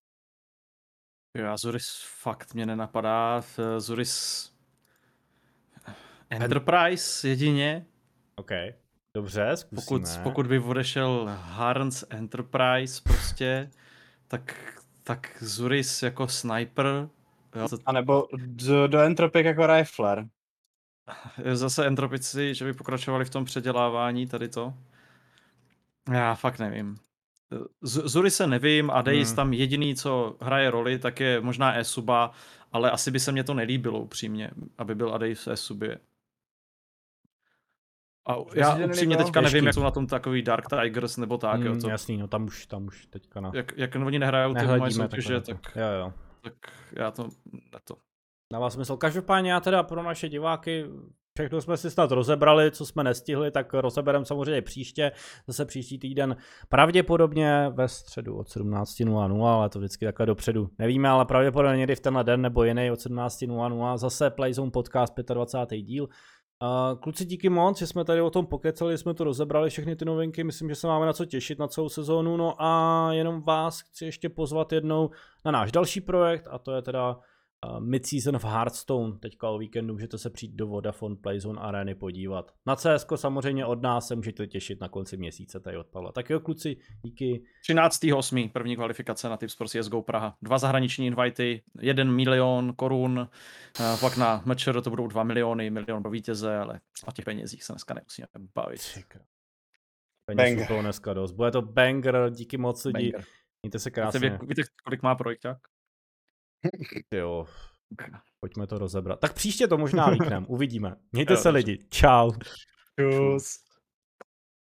Já Zuris fakt mě nenapadá. Zuris Enterprise jedině. OK, dobře, zkusíme. Pokud, pokud by odešel Harns Enterprise prostě, tak, tak Zuris jako sniper. Jo. A nebo do, do Entropic jako rifler. Zase Entropici, že by pokračovali v tom předělávání, tady to. Já fakt nevím. Z- Zury se nevím a Deis hmm. tam jediný, co hraje roli, tak je možná e-suba, ale asi by se mně to nelíbilo upřímně, aby byl Adeis v e-subě. A já upřímně teďka nevím, jak jsou na tom takový Dark Tigers nebo tak. Hmm, jo, to... Jasný, no tam už, tam už teďka na... Jak, jak oni nehrajou ty moje soutěže, tak, jo, jo. tak já to... Ne to. Dává smysl. Každopádně já teda pro naše diváky všechno jsme si snad rozebrali, co jsme nestihli, tak rozebereme samozřejmě příště, zase příští týden, pravděpodobně ve středu od sedmnáct nula nula, ale to vždycky takhle dopředu nevíme, ale pravděpodobně někdy v tenhle den nebo jiný od sedmnáct nula nula, zase Playzone podcast dvacátý pátý díl. Uh, kluci, díky moc, že jsme tady o tom pokecali, jsme to rozebrali, všechny ty novinky, myslím, že se máme na co těšit na celou sezónu, no a jenom vás chci ještě pozvat jednou na náš další projekt, a to je teda Uh, Mid-season v Hearthstone, teďka o víkendu můžete se přijít do Vodafone Playzone Areny podívat. Na C S ko samozřejmě od nás se můžete těšit na konci měsíce tady od Pavla. Tak jo kluci, díky. třináctého osmého první kvalifikace na Tip Sport C S G O Praha. Dva zahraniční invity, jeden milion korun, uh, pak na Mečer to budou dva miliony, milion pro vítěze, ale o těch penězích se dneska nemusíme bavit. Peněz jsou toho dneska dost. Bude to banger, díky moc lidi. Mějte se krásně. Víte, víte, kolik má projekták? Jo, pojďme to rozebrat. Tak příště to možná líknem, uvidíme. Mějte se lidi, čau. Čus.